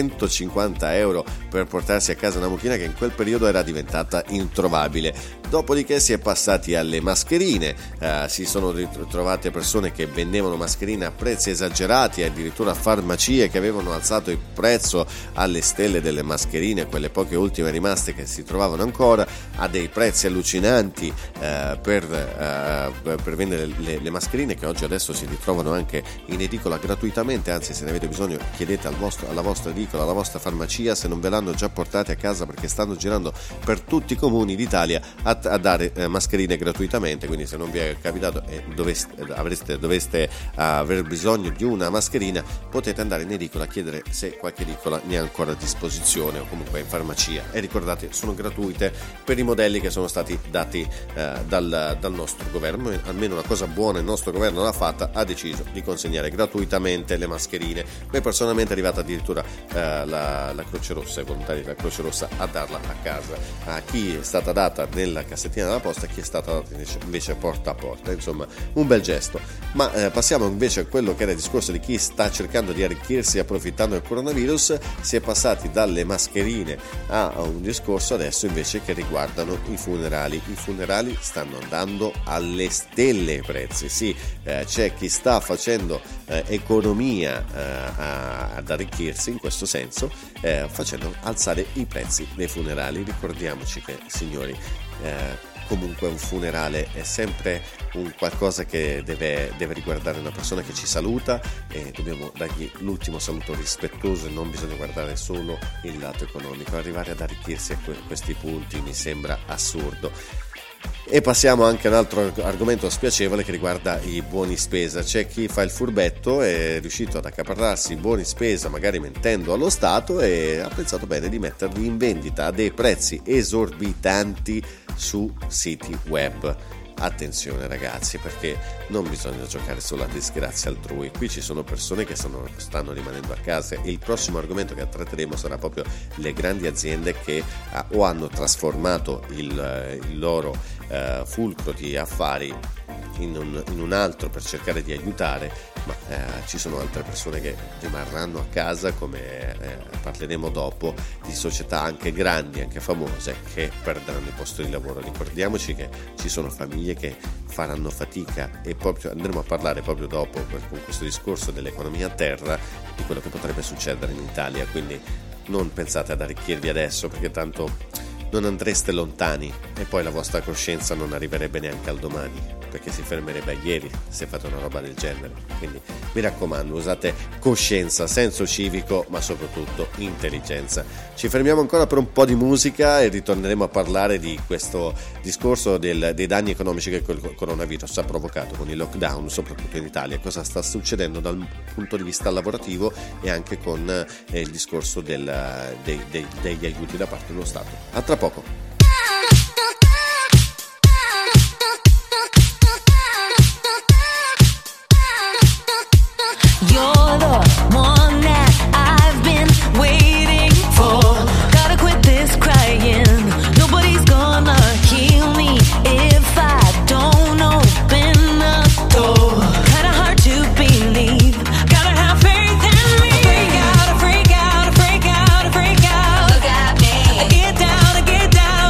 per portarsi a casa una mucchina che in quel periodo era diventata introvabile. Dopodiché si è passati alle mascherine, si sono ritrovate persone che vendevano mascherine a prezzi esagerati, addirittura farmacie che avevano alzato il prezzo alle stelle delle mascherine, quelle poche ultime rimaste che si trovavano ancora, a dei prezzi allucinanti per vendere le mascherine che oggi adesso si ritrovano anche in edicola gratuitamente, anzi se ne avete bisogno chiedete alla vostra edicola, alla vostra farmacia se non ve l'hanno già portate a casa, perché stanno girando per tutti i comuni d'Italia a dare mascherine gratuitamente. Quindi se non vi è capitato e doveste aver bisogno di una mascherina, potete andare in edicola a chiedere se qualche edicola ne ha ancora a disposizione o comunque in farmacia, e ricordate sono gratuite per i modelli che sono stati dati dal nostro governo. Almeno una cosa buona il nostro governo l'ha fatta, ha deciso di consegnare gratuitamente le mascherine. Poi personalmente è arrivata addirittura la Croce Rossa, i volontari della Croce Rossa a darla a casa a chi è stata data nella cassettina della posta, a chi è stata data invece porta a porta. Insomma, un bel gesto. Ma passiamo invece a quello che era il discorso di chi sta cercando di arricchirsi approfittando del coronavirus. Si è passati dalle mascherine a un discorso adesso invece che riguardano i funerali. I funerali stanno andando alle stelle i prezzi, sì, c'è chi sta facendo economia ad arricchirsi in questo senso, facendo alzare i prezzi dei funerali. Ricordiamoci che, signori, comunque un funerale è sempre un qualcosa che deve riguardare una persona che ci saluta e dobbiamo dargli l'ultimo saluto rispettoso e non bisogna guardare solo il lato economico. Arrivare ad arricchirsi a questi punti mi sembra assurdo. E passiamo anche a un altro argomento spiacevole che riguarda i buoni spesa. C'è chi fa il furbetto, è riuscito ad accaparrarsi i buoni spesa magari mentendo allo Stato e ha pensato bene di metterli in vendita a dei prezzi esorbitanti su siti web. Attenzione ragazzi, perché non bisogna giocare sulla disgrazia altrui. Qui ci sono persone che stanno rimanendo a casa e il prossimo argomento che tratteremo sarà proprio le grandi aziende che o hanno trasformato il loro fulcro di affari in un altro per cercare di aiutare, ma ci sono altre persone che rimarranno a casa, come parleremo dopo, di società anche grandi, anche famose, che perderanno i posti di lavoro. Ricordiamoci che ci sono famiglie che faranno fatica e proprio andremo a parlare proprio dopo, con questo discorso dell'economia a terra, di quello che potrebbe succedere in Italia. Quindi non pensate ad arricchirvi adesso, perché tanto non andreste lontani e poi la vostra coscienza non arriverebbe neanche al domani, perché si fermerebbe a ieri se fate una roba del genere. Quindi mi raccomando, usate coscienza, senso civico, ma soprattutto intelligenza. Ci fermiamo ancora per un po' di musica e ritorneremo a parlare di questo discorso dei danni economici che il coronavirus ha provocato con il lockdown, soprattutto in Italia, cosa sta succedendo dal punto di vista lavorativo e anche con il discorso degli aiuti da parte dello Stato. A tra poco. You're the one that I've been waiting for. Gotta quit this crying. Nobody's gonna heal me if I don't open the door. Kinda hard to believe. Gotta have faith in me. I freak out, I freak out, I freak out, I freak out. Look at me. I get down, I get down.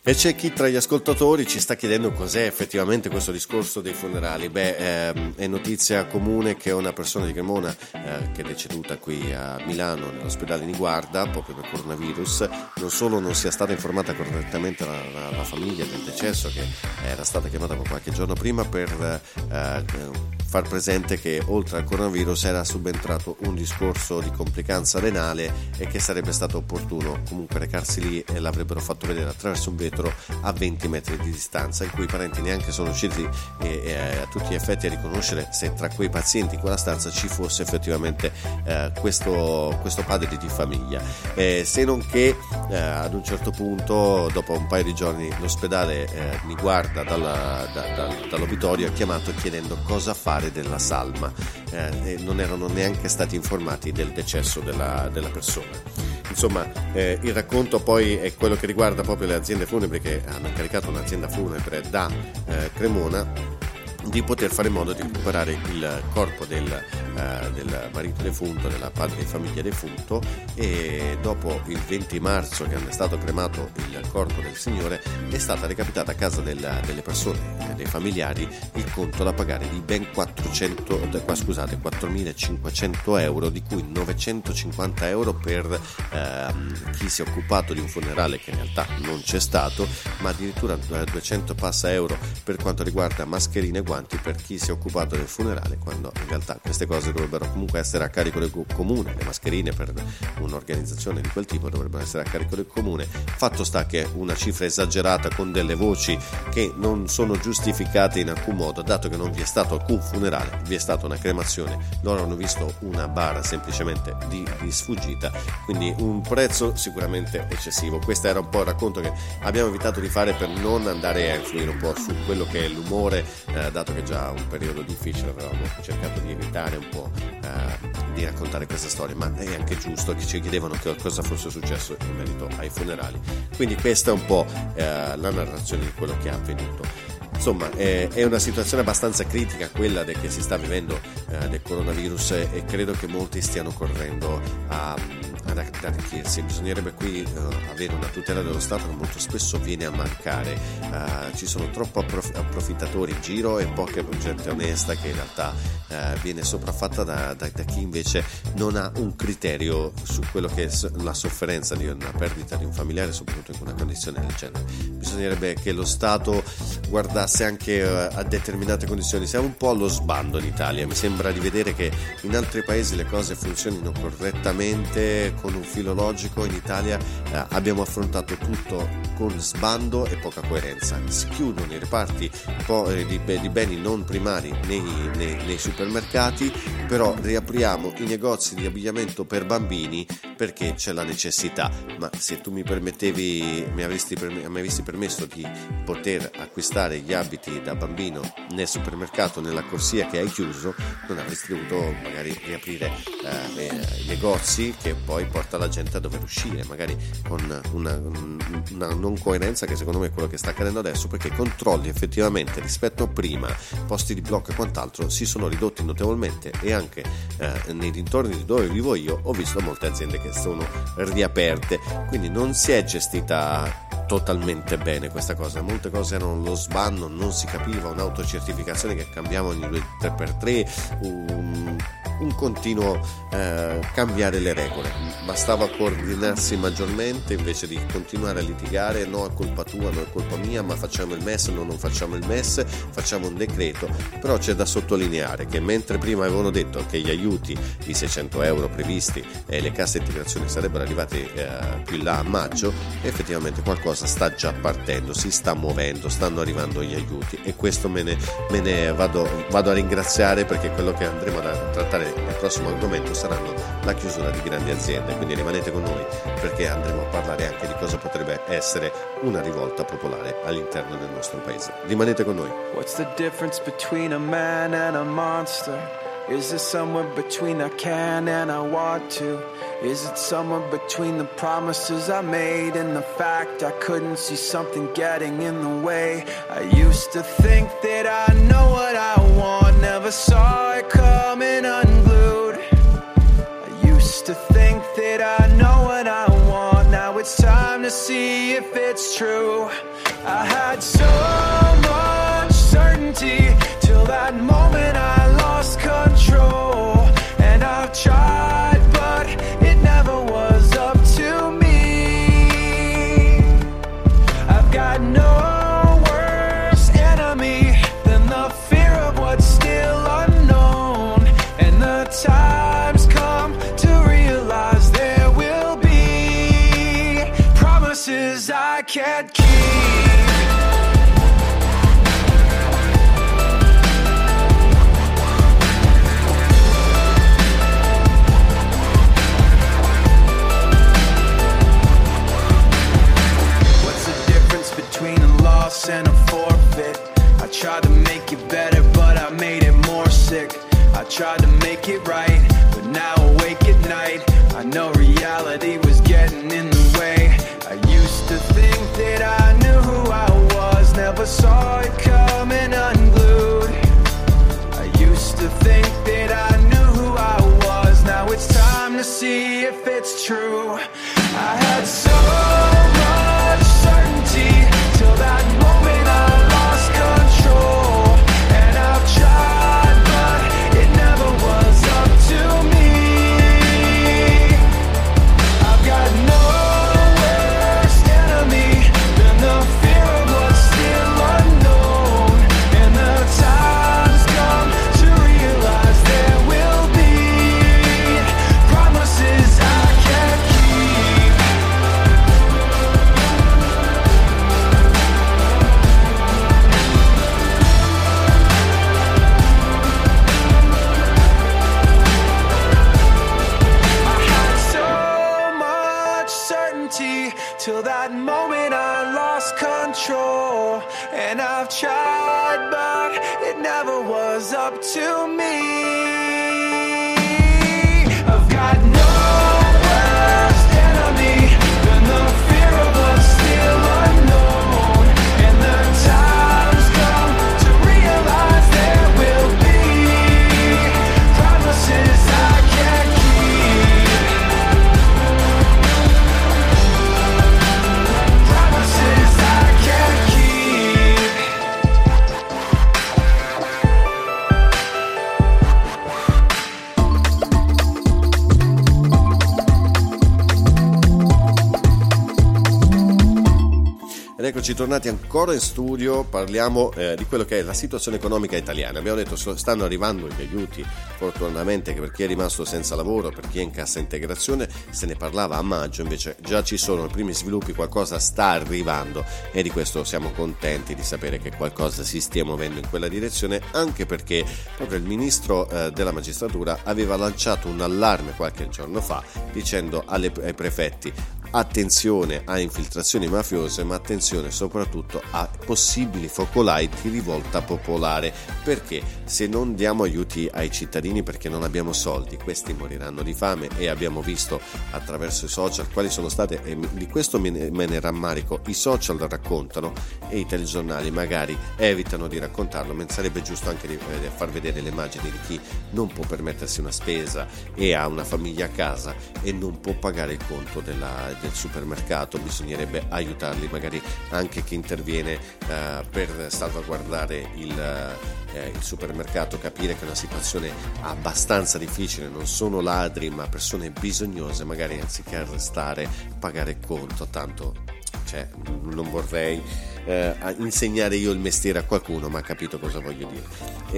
E c'è chi tra gli ascoltatori ci sta chiedendo cos'è effettivamente questo discorso dei funerali. È notizia comune che una persona di Cremona che è deceduta qui a Milano nell'ospedale Niguarda proprio per coronavirus, non solo non sia stata informata correttamente la famiglia del decesso, che era stata chiamata qualche giorno prima per far presente che oltre al coronavirus era subentrato un discorso di complicanza renale e che sarebbe stato opportuno comunque recarsi lì, e l'avrebbero fatto vedere attraverso un vetro a 20 metri di distanza, in cui i parenti neanche sono riusciti a tutti gli effetti a riconoscere se tra quei pazienti in quella stanza ci fosse effettivamente questo padre di famiglia, se non che ad un certo punto, dopo un paio di giorni, l'ospedale Niguarda dall'obitorio ha chiamato chiedendo cosa fare della salma, e non erano neanche stati informati del decesso della persona. Insomma, il racconto poi è quello che riguarda proprio le aziende funebri, che hanno incaricato un'azienda funebre da Cremona di poter fare in modo di recuperare il corpo del marito defunto, della padre di famiglia defunto, e dopo il 20 marzo che è stato cremato il corpo del signore è stata recapitata a casa delle persone, dei familiari, il conto da pagare di ben 4.500 euro, di cui 950 euro per chi si è occupato di un funerale che in realtà non c'è stato, ma addirittura 200 passa euro per quanto riguarda mascherine e guanti per chi si è occupato del funerale, quando in realtà queste cose dovrebbero comunque essere a carico del comune. Le mascherine per un'organizzazione di quel tipo dovrebbero essere a carico del comune. Fatto sta che è una cifra esagerata, con delle voci che non sono giustificate in alcun modo, dato che non vi è stato alcun funerale, vi è stata una cremazione, loro hanno visto una bara semplicemente di sfuggita, quindi un prezzo sicuramente eccessivo. Questo era un po' il racconto che abbiamo evitato di fare per non andare a influire un po' su quello che è l'umore, dato che già un periodo difficile avevamo cercato di evitare un po' di raccontare questa storia, ma è anche giusto che ci chiedevano che cosa fosse successo in merito ai funerali. Quindi questa è un po' la narrazione di quello che è avvenuto. Insomma, è una situazione abbastanza critica quella che si sta vivendo del coronavirus, e credo che molti stiano correndo ad arricchirsi. Bisognerebbe qui avere una tutela dello Stato che molto spesso viene a mancare. Ci sono troppo approfittatori in giro e poca gente onesta che in realtà viene sopraffatta da chi invece non ha un criterio su quello che è la sofferenza di una perdita di un familiare, soprattutto in una condizione del genere. Bisognerebbe che lo Stato guardasse anche a determinate condizioni. Siamo un po' allo sbando in Italia, mi sembra di vedere che in altri paesi le cose funzionino correttamente con un filo logico. In Italia abbiamo affrontato tutto con sbando e poca coerenza. Si chiudono i reparti di beni non primari nei supermercati, però riapriamo i negozi di abbigliamento per bambini perché c'è la necessità. Ma se tu mi avessi permesso di poter acquistare gli abiti da bambino nel supermercato, nella corsia che hai chiuso, non avresti dovuto magari riaprire i negozi, che poi porta la gente a dover uscire, magari con una non coerenza che secondo me è quello che sta accadendo adesso, perché i controlli effettivamente rispetto a prima, posti di blocco e quant'altro, si sono ridotti notevolmente, e anche nei dintorni di dove vivo io ho visto molte aziende che sono riaperte, quindi non si è gestita totalmente bene questa cosa. Molte cose erano lo sbando, non si capiva, un'autocertificazione che cambiava ogni 3x3, un continuo cambiare le regole. Bastava coordinarsi maggiormente invece di continuare a litigare: no, è colpa tua, no, è colpa mia, ma facciamo il MES, no, non facciamo il MES, facciamo un decreto. Però c'è da sottolineare che mentre prima avevano detto che gli aiuti, i 600 euro previsti e le casse integrazione sarebbero arrivati più là a maggio, effettivamente qualcosa sta già partendo, si sta muovendo, stanno arrivando gli aiuti, e questo me ne vado a ringraziare, perché quello che andremo a trattare nel prossimo argomento saranno la chiusura di grandi aziende. Quindi rimanete con noi, perché andremo a parlare anche di cosa potrebbe essere una rivolta popolare all'interno del nostro paese. Rimanete con noi. What's the difference between a man and a monster? Is it somewhere between I can and I want to? Is it somewhere between the promises I made and the fact I couldn't see something getting in the way? I used to think that I know what I want, never saw it coming unglued. I used to think that I know what I want, now now it's time to see if it's true. I had so much certainty till that moment I lost control. And I've tried, but it never was up to me. I've got no worse enemy than the fear of what's still unknown. And the time's come to realize there will be promises I can't keep. And a forfeit. I tried to make it better, but I made it more sick. I tried to make it right, but now awake at night, I know reality was getting in the way. I used to think that I knew who I was, never saw it coming unglued. I used to think that I knew who I was, now it's time to see if it's true. I had so much certainty till that moment I lost control. And I've tried, but it never was up to me. I've got no worse enemy than the fear of what's still unknown. And the time's come to realize there will be promises I can't keep. Till that moment I lost control. And I've tried, but it never was up to me. I've got no worse enemy than the fear of what's still unknown. And the time's come to realize there will be promises I can't keep. Eccoci tornati ancora in studio, parliamo di quello che è la situazione economica italiana. Abbiamo detto stanno arrivando gli aiuti, fortunatamente, che per chi è rimasto senza lavoro, per chi è in cassa integrazione, se ne parlava a maggio, invece già ci sono i primi sviluppi, qualcosa sta arrivando e di questo siamo contenti di sapere che qualcosa si stia muovendo in quella direzione, anche perché proprio il ministro della magistratura aveva lanciato un allarme qualche giorno fa dicendo ai prefetti: attenzione a infiltrazioni mafiose, ma attenzione soprattutto a possibili focolai di rivolta popolare, perché se non diamo aiuti ai cittadini perché non abbiamo soldi, questi moriranno di fame. E abbiamo visto attraverso i social quali sono state, e di questo me ne rammarico, i social raccontano e i telegiornali magari evitano di raccontarlo, ma sarebbe giusto anche di far vedere le immagini di chi non può permettersi una spesa e ha una famiglia a casa e non può pagare il conto del supermercato. Bisognerebbe aiutarli, magari anche chi interviene per salvaguardare il supermercato, capire che è una situazione abbastanza difficile, non sono ladri ma persone bisognose, magari anziché arrestare pagare il conto. Tanto non vorrei insegnare io il mestiere a qualcuno, ma ha capito cosa voglio dire.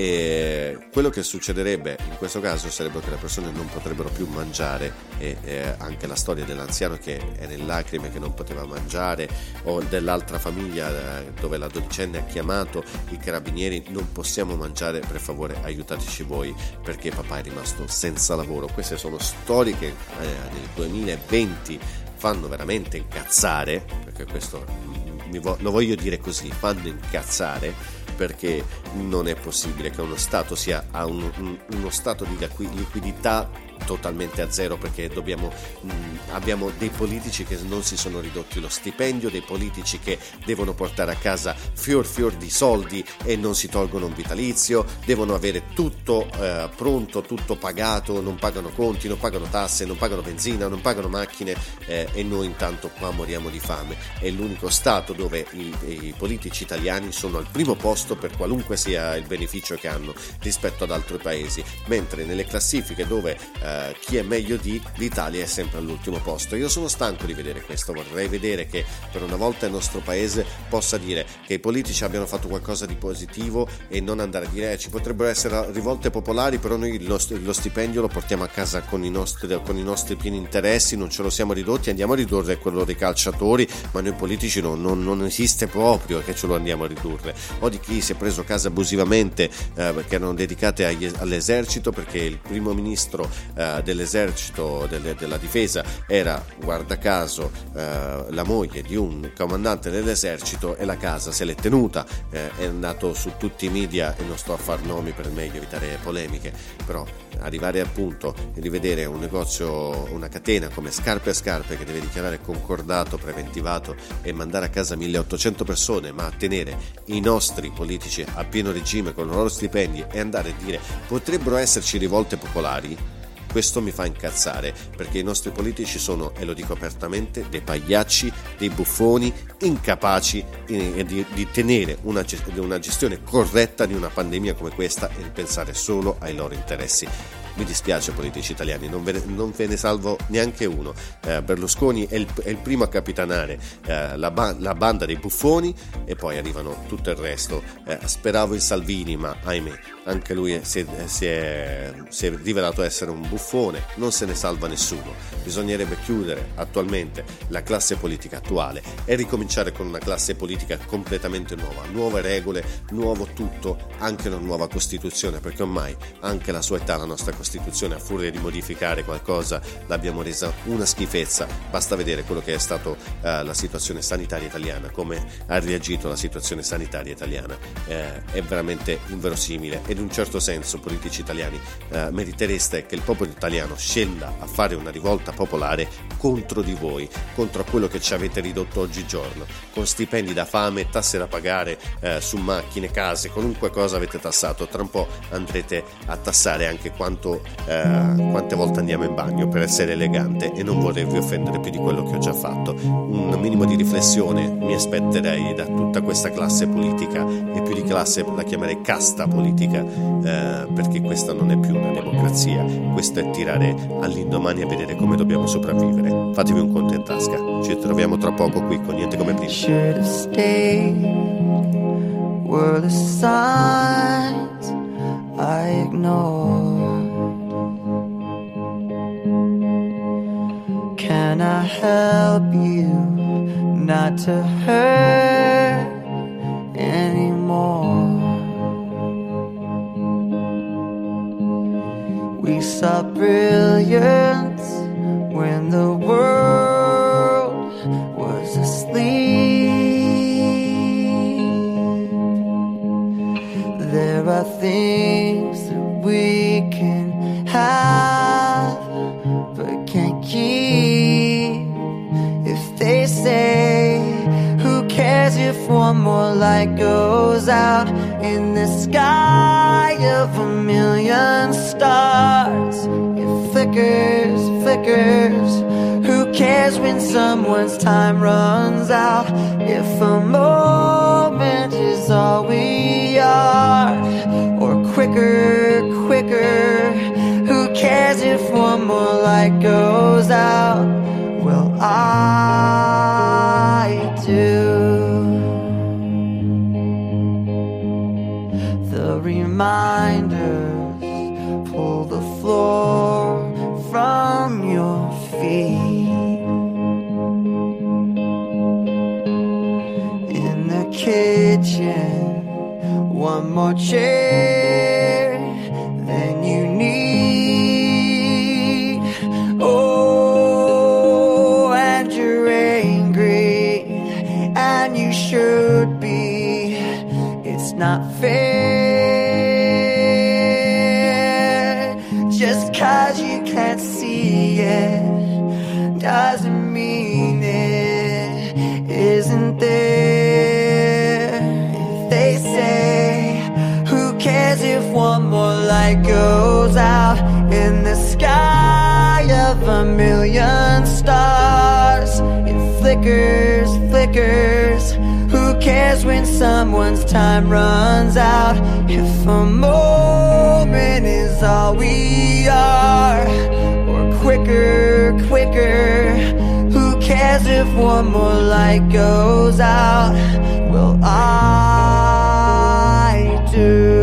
E quello che succederebbe in questo caso sarebbe che le persone non potrebbero più mangiare, e anche la storia dell'anziano che è nelle lacrime che non poteva mangiare, o dell'altra famiglia dove la dodicenne ha chiamato i carabinieri: non possiamo mangiare, per favore aiutateci voi perché papà è rimasto senza lavoro. Queste sono storie che nel 2020 fanno veramente incazzare, perché questo lo voglio dire così, fanno incazzare, perché non è possibile che uno Stato sia a uno stato di liquidità totalmente a zero, perché abbiamo dei politici che non si sono ridotti lo stipendio, dei politici che devono portare a casa fior di soldi e non si tolgono un vitalizio, devono avere tutto pronto, tutto pagato, non pagano conti, non pagano tasse, non pagano benzina, non pagano macchine, e noi intanto qua moriamo di fame. È l'unico stato dove i politici italiani sono al primo posto per qualunque sia il beneficio che hanno rispetto ad altri paesi, mentre nelle classifiche dove chi è meglio l'Italia è sempre all'ultimo posto. Io sono stanco di vedere questo, vorrei vedere che per una volta il nostro paese possa dire che i politici abbiano fatto qualcosa di positivo e non andare a dire ci potrebbero essere rivolte popolari, però noi lo stipendio lo portiamo a casa con i nostri pieni interessi, non ce lo siamo ridotti, andiamo a ridurre quello dei calciatori, ma noi politici non esiste proprio che ce lo andiamo a ridurre. O di chi si è preso casa abusivamente perché erano dedicate all'esercito, perché il primo ministro dell'esercito della difesa era, guarda caso, la moglie di un comandante dell'esercito, e la casa se l'è tenuta. È andato su tutti i media, e non sto a far nomi per meglio evitare polemiche, però arrivare al punto di vedere un negozio, una catena come Scarpe che deve dichiarare concordato, preventivato e mandare a casa 1800 persone, ma tenere i nostri politici a pieno regime con i loro stipendi e andare a dire potrebbero esserci rivolte popolari, questo mi fa incazzare, perché i nostri politici sono, e lo dico apertamente, dei pagliacci, dei buffoni, incapaci di tenere una gestione corretta di una pandemia come questa e di pensare solo ai loro interessi. Mi dispiace, politici italiani, non ve ne salvo neanche uno. Berlusconi è il primo a capitanare la banda dei buffoni, e poi arrivano tutto il resto. Speravo in Salvini, ma ahimè, anche lui si è rivelato essere un buffone, non se ne salva nessuno. Bisognerebbe chiudere attualmente la classe politica attuale e ricominciare con una classe politica completamente nuova, nuove regole, nuovo tutto, anche una nuova Costituzione, perché ormai anche la sua età, la nostra Costituzione, a furia di modificare qualcosa, l'abbiamo resa una schifezza. Basta vedere quello che è stato la situazione sanitaria italiana, come ha reagito la situazione sanitaria italiana. È veramente inverosimile, ed in un certo senso, politici italiani, meritereste che il popolo italiano scenda a fare una rivolta popolare contro di voi, contro quello che ci avete ridotto oggigiorno, con stipendi da fame, tasse da pagare su macchine, case, qualunque cosa avete tassato. Tra un po' andrete a tassare anche quante volte andiamo in bagno, per essere elegante, e non vorrei offendere più di quello che ho già fatto. Un minimo di riflessione mi aspetterei da tutta questa classe politica, e più di classe la chiamerei casta politica, perché questa non è più una democrazia, questo è tirare all'indomani a vedere come dobbiamo sopravvivere. Fatevi un conto in tasca, ci troviamo tra poco qui con Niente Come Prima. Were the signs I ignored? Can I help you not to hurt anymore? We saw brilliance when the world was asleep. There are things that we can have but can't keep. If they say, who cares if one more light goes out in the sky of a million stars? It flickers, flickers. Who cares when someone's time runs out? If a moment is all we are, or quicker, quicker. Who cares if one more light goes out? Well, I do. The reminders pull the floor from your feet. In the kitchen, one more chair than you need. Oh, and you're angry, and you should be. It's not fair. Just 'cause you can't doesn't mean it isn't there. If they say, who cares if one more light goes out in the sky of a million stars? It flickers, flickers. Who cares when someone's time runs out? If a moment is all we are, or quicker, quicker. Who cares if one more light goes out? Well, I do.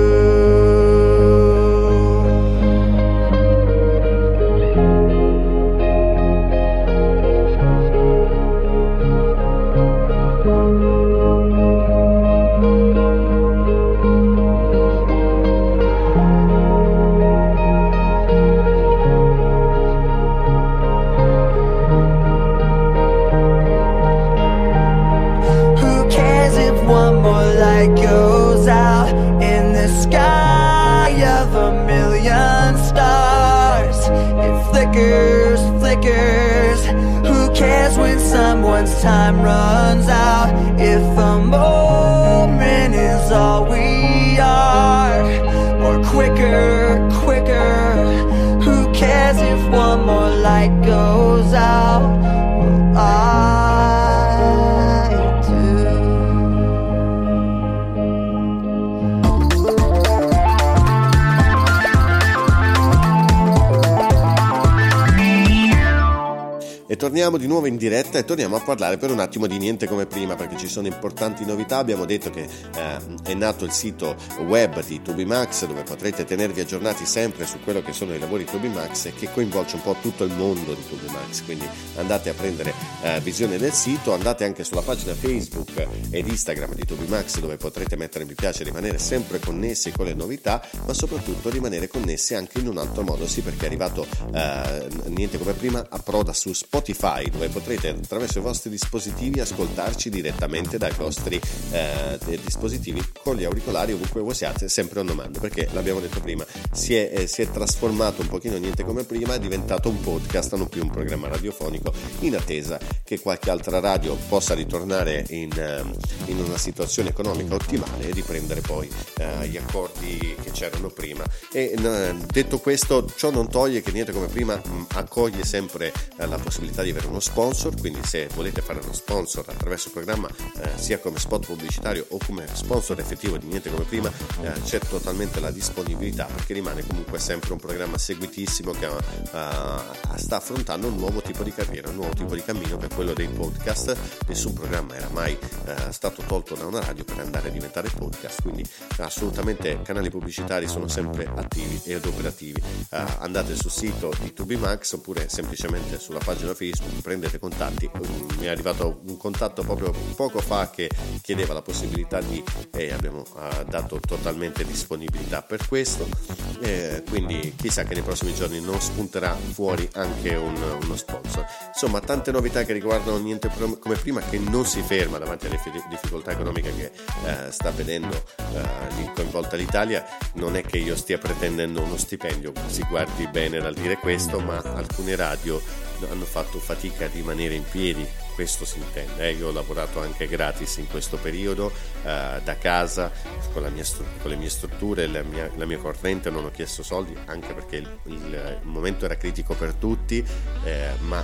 Goes out in the sky of a million stars. It flickers, flickers. Who cares when someone's time runs out? If a moment is all we are, or quicker, quicker. Who cares if one more light goes out? Well, I do. E torniamo di nuovo in diretta e torniamo a parlare per un attimo di Niente Come Prima, perché ci sono importanti novità. Abbiamo detto che è nato il sito web di TubiMax, dove potrete tenervi aggiornati sempre su quello che sono i lavori TubiMax, e che coinvolge un po' tutto il mondo di TubiMax. Quindi andate a prendere visione del sito, andate anche sulla pagina Facebook ed Instagram di TubiMax, dove potrete mettere mi piace, rimanere sempre connessi con le novità, ma soprattutto rimanere connessi anche in un altro modo. Sì, perché è arrivato Niente Come Prima approda su Spotify, dove potrete attraverso i vostri dispositivi ascoltarci direttamente dai vostri dispositivi con gli auricolari ovunque voi siate, sempre on demand, perché l'abbiamo detto prima, si è trasformato un pochino Niente Come Prima, è diventato un podcast, non più un programma radiofonico, in attesa che qualche altra radio possa ritornare in una situazione economica ottimale e riprendere poi gli accordi che c'erano prima. E detto questo, ciò non toglie che Niente Come Prima accoglie sempre la possibilità di avere uno sponsor, quindi se volete fare uno sponsor attraverso il programma, sia come spot pubblicitario o come sponsor effettivo di Niente Come Prima, c'è totalmente la disponibilità, perché rimane comunque sempre un programma seguitissimo che sta affrontando un nuovo tipo di carriera, un nuovo tipo di cammino, che è quello dei podcast. Nessun programma era mai stato tolto da una radio per andare a diventare podcast, quindi assolutamente canali pubblicitari sono sempre attivi ed operativi. Andate sul sito di TubiMax oppure semplicemente sulla pagina Facebook, prendete contatti. Mi è arrivato un contatto proprio poco fa che chiedeva la possibilità di abbiamo dato totalmente disponibilità per questo, quindi chissà che nei prossimi giorni non spunterà fuori anche uno sponsor. Insomma, tante novità che riguardano Niente Come Prima, che non si ferma davanti alle difficoltà economiche che sta vedendo coinvolta l'Italia. Non è che io stia pretendendo uno stipendio, si guardi bene dal dire questo, ma alcune radio hanno fatto fatica a rimanere in piedi, questo si intende. Io ho lavorato anche gratis in questo periodo, da casa, con le mie strutture, la mia corrente, non ho chiesto soldi, anche perché il momento era critico per tutti, ma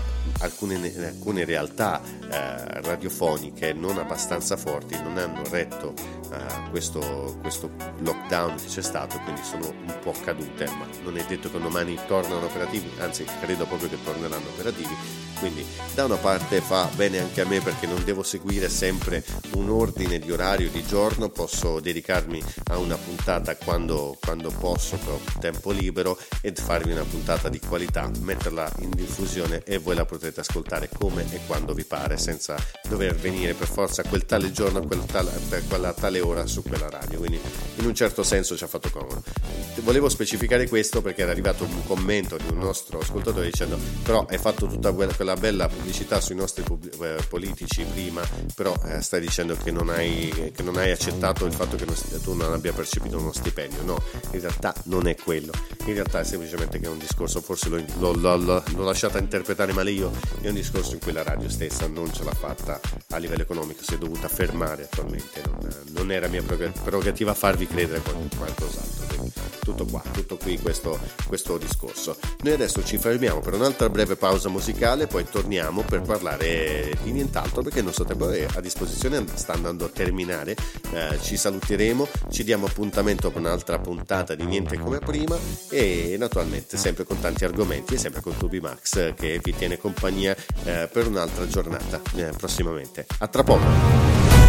alcune realtà radiofoniche non abbastanza forti non hanno retto questo lockdown che c'è stato, quindi sono un po' cadute, ma non è detto che domani tornano operativi, anzi credo proprio che torneranno operativi. Quindi da una parte fa bene anche a me, perché non devo seguire sempre un ordine di orario, di giorno, posso dedicarmi a una puntata quando posso, che ho tempo libero, ed farvi una puntata di qualità, metterla in diffusione e voi la potrete ascoltare come e quando vi pare, senza dover venire per forza quel tale giorno, quella tale ora su quella radio. Quindi in un certo senso ci ha fatto comodo. Volevo specificare questo perché era arrivato un commento di un nostro ascoltatore dicendo: però hai fatto tutta quella bella pubblicità sui nostri politici prima, però stai dicendo che non hai accettato il fatto che tu non abbia percepito uno stipendio. No, in realtà non è quello, in realtà è semplicemente che è un discorso, forse l'ho lasciata interpretare male io, è un discorso in cui la radio stessa non ce l'ha fatta a livello economico, si è dovuta fermare attualmente, non era mia prerogativa farvi credere qualcos'altro. Quindi, tutto qui questo discorso. Noi adesso ci fermiamo per un'altra breve pausa musicale, poi torniamo per parlare di nient'altro, perché il nostro tempo a disposizione sta andando a terminare. Ci saluteremo, ci diamo appuntamento per un'altra puntata di Niente come prima, e naturalmente sempre con tanti argomenti e sempre con Tubi Max che vi tiene compagnia per un'altra giornata prossimamente. A tra poco.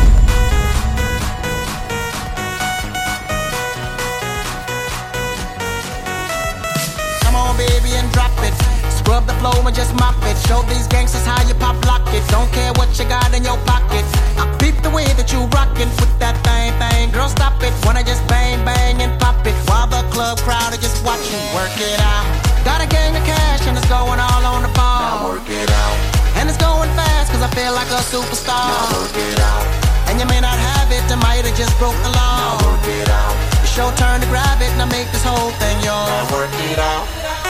Baby, and drop it. Scrub the floor and just mop it. Show these gangsters how you pop lock it. Don't care what you got in your pocket. I peep the way that you rockin' with that thing. Girl, stop it. Wanna just bang, bang and pop it while the club crowd are just watching. Work it out. Got a gang of cash and it's going all on the ball. Now work it out. And it's going fast cause I feel like a superstar. Now work it out. And you may not have it, I might have just broke the law. Now work it out. It's your turn to grab it and I make this whole thing yours. Now work it out.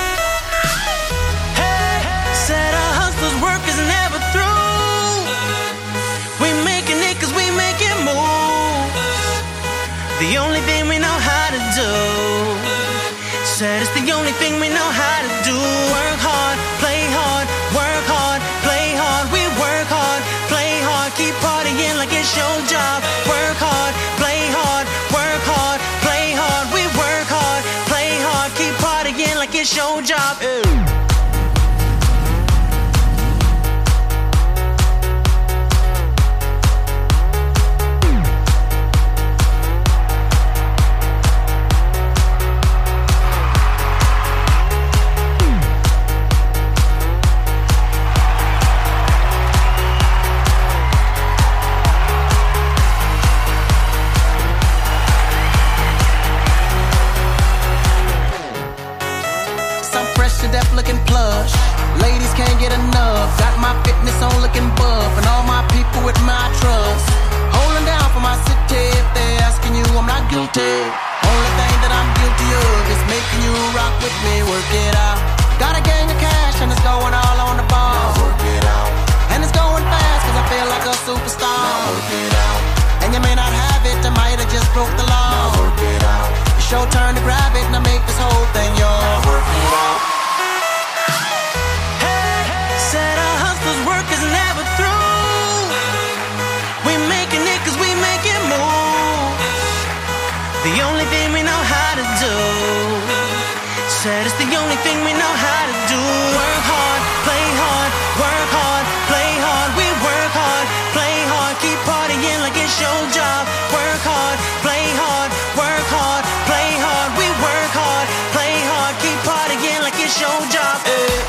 Said our hustler's work is never through. We making it cause we make it move. The only thing we know how to do. Said it's the only thing we know how to do. Work hard, play hard, work hard, play hard. We work hard, play hard, keep partying like it's your job. Work hard, play hard, work hard, play hard. We work hard, play hard, keep partying like it's your job. Deaf looking plush, ladies can't get enough. Got my fitness on looking buff, and all my people with my trust. Holding down for my city. If they're asking you, I'm not guilty. Only thing that I'm guilty of is making you rock with me. Work it out. Got a gang of cash and it's going all on the ball. Now work it out. And it's going fast cause I feel like a superstar. Now work it out. And you may not have it, I might have just broke the law. Now work it out. It's your turn to grab it and I make this whole thing yours. Now work it out. Said our hustler's work is never through. We making it cause we make it move. The only thing we know how to do. Said it's the only thing we know how to do. Work hard, play hard, work hard, play hard. We work hard, play hard, keep partying like it's your job. Work hard, play hard, work hard, play hard. We work hard, play hard, keep partying like it's your job.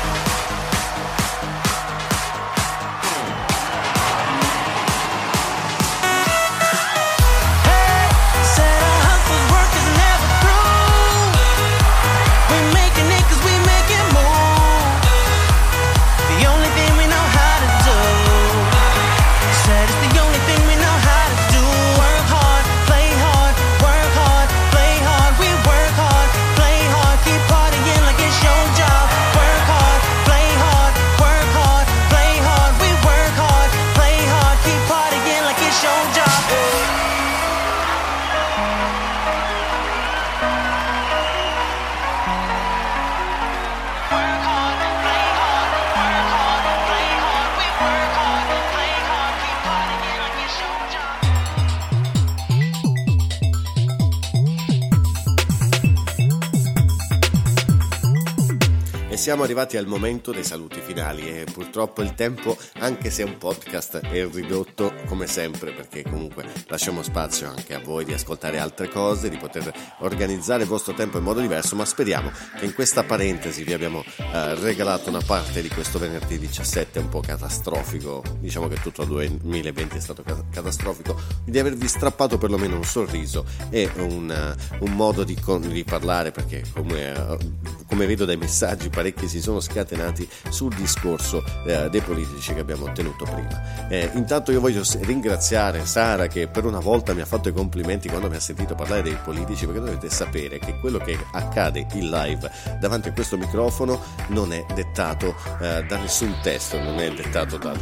Siamo arrivati al momento dei saluti finali e purtroppo il tempo, anche se è un podcast, è ridotto come sempre, perché comunque lasciamo spazio anche a voi di ascoltare altre cose, di poter organizzare il vostro tempo in modo diverso, ma speriamo che in questa parentesi vi abbiamo regalato una parte di questo venerdì 17 un po' catastrofico. Diciamo che tutto il 2020 è stato catastrofico, di avervi strappato perlomeno un sorriso e un modo di parlare, perché come vedo dai messaggi parecchi che si sono scatenati sul discorso dei politici che abbiamo tenuto prima. Intanto io voglio ringraziare Sara, che per una volta mi ha fatto i complimenti quando mi ha sentito parlare dei politici, perché dovete sapere che quello che accade in live davanti a questo microfono non è dettato da nessun testo, non è dettato da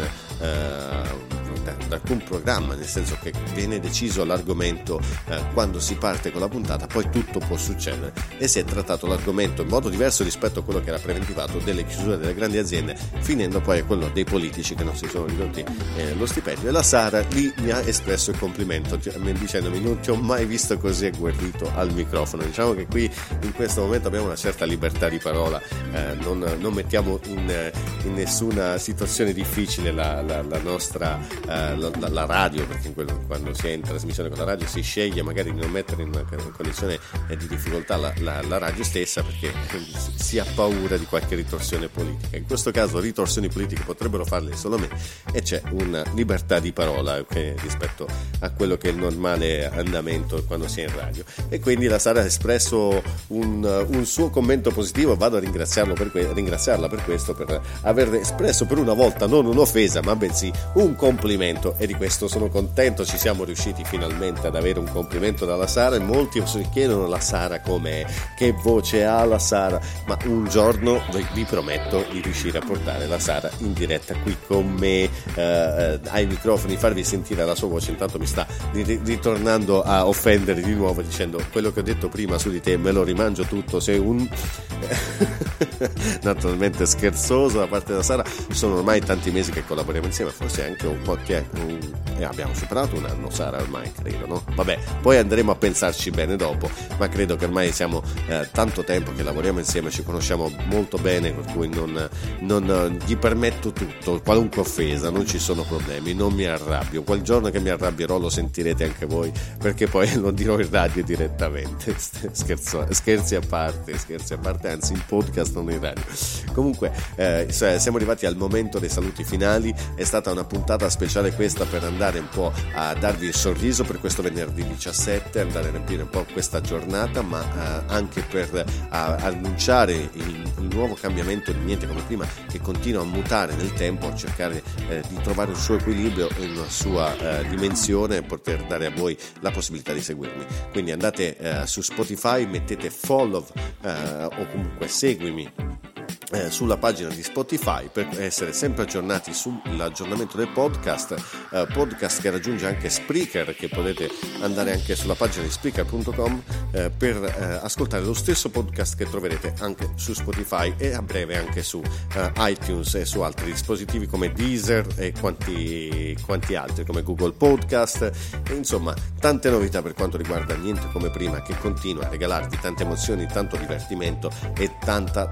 alcun programma, nel senso che viene deciso l'argomento quando si parte con la puntata, poi tutto può succedere, e si è trattato l'argomento in modo diverso rispetto a quello che era preventivato delle chiusure delle grandi aziende, finendo poi a quello dei politici che non si sono ridotti lo stipendio. E la Sara lì mi ha espresso il complimento dicendomi: non ti ho mai visto così agguerrito al microfono. Diciamo che qui in questo momento abbiamo una certa libertà di parola, non mettiamo in nessuna situazione difficile la nostra la radio, perché quando si è in trasmissione con la radio si sceglie magari di non mettere in una condizione di difficoltà la radio stessa, perché si ha paura di qualche ritorsione politica. In questo caso ritorsioni politiche potrebbero farle solo me, e c'è una libertà di parola rispetto a quello che è il normale andamento quando si è in radio, e quindi la Sara ha espresso un suo commento positivo. Vado a ringraziarla per questo, per aver espresso per una volta non un'offesa ma bensì un complimento, e di questo sono contento. Ci siamo riusciti finalmente ad avere un complimento dalla Sara, e molti si chiedono: la Sara com'è, che voce ha la Sara? Ma un giorno vi prometto di riuscire a portare la Sara in diretta qui con me ai microfoni, farvi sentire la sua voce. Intanto mi sta ritornando a offendere di nuovo dicendo: quello che ho detto prima su di te me lo rimangio tutto, sei un naturalmente scherzoso da parte della Sara. Sono ormai tanti mesi che collaboriamo insieme, forse anche un po' abbiamo superato un anno, Sara, ormai credo, no? Vabbè, poi andremo a pensarci bene dopo, ma credo che ormai siamo tanto tempo che lavoriamo insieme, ci conosciamo molto bene, per cui non gli permetto tutto, qualunque offesa, non ci sono problemi, non mi arrabbio. Quel giorno che mi arrabbierò lo sentirete anche voi, perché poi lo dirò in radio direttamente. Scherzi a parte, anzi in podcast, non in radio. Comunque siamo arrivati al momento dei saluti finali. È stata una puntata speciale questa per andare un po' a darvi il sorriso per questo venerdì 17, andare a riempire un po' questa giornata, ma anche per annunciare il nuovo cambiamento di Niente Come Prima, che continua a mutare nel tempo, a cercare di trovare un suo equilibrio e una sua dimensione, e poter dare a voi la possibilità di seguirmi. Quindi andate su Spotify, mettete follow o comunque seguimi sulla pagina di Spotify per essere sempre aggiornati sull'aggiornamento del podcast che raggiunge anche Spreaker, che potete andare anche sulla pagina di Spreaker.com per ascoltare lo stesso podcast che troverete anche su Spotify, e a breve anche su iTunes e su altri dispositivi come Deezer e quanti altri, come Google Podcast, e insomma tante novità per quanto riguarda Niente Come Prima, che continua a regalarvi tante emozioni, tanto divertimento e tanta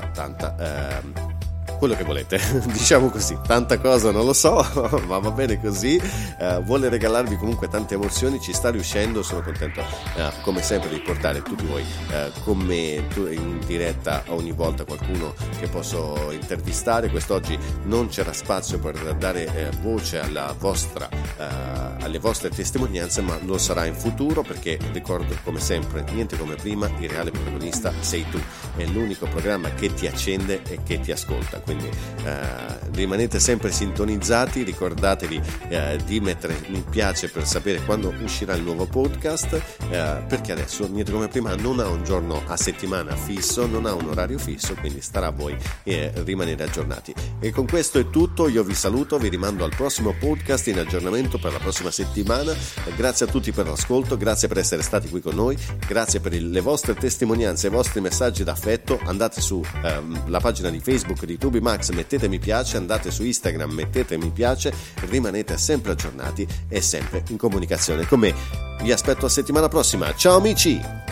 quello che volete, diciamo così, tanta cosa non lo so, ma va bene così. Vuole regalarvi comunque tante emozioni, ci sta riuscendo. Sono contento come sempre di portare tutti voi con me in diretta ogni volta, qualcuno che posso intervistare. Quest'oggi non c'era spazio per dare voce alle vostre testimonianze, ma lo sarà in futuro, perché ricordo come sempre: Niente Come Prima, il reale protagonista sei tu, è l'unico programma che ti accende e che ti ascolta. Quindi rimanete sempre sintonizzati, ricordatevi di mettere mi piace per sapere quando uscirà il nuovo podcast, perché adesso Niente Come Prima non ha un giorno a settimana fisso, non ha un orario fisso, quindi starà a voi rimanere aggiornati. E con questo è tutto, io vi saluto, vi rimando al prossimo podcast in aggiornamento per la prossima settimana. Grazie a tutti per l'ascolto, grazie per essere stati qui con noi, grazie per le vostre testimonianze, i vostri messaggi d'affetto. Andate su la pagina di Facebook di Tubi Max, mettete mi piace, andate su Instagram, mettete mi piace, rimanete sempre aggiornati e sempre in comunicazione con me. Vi aspetto a settimana prossima, ciao amici!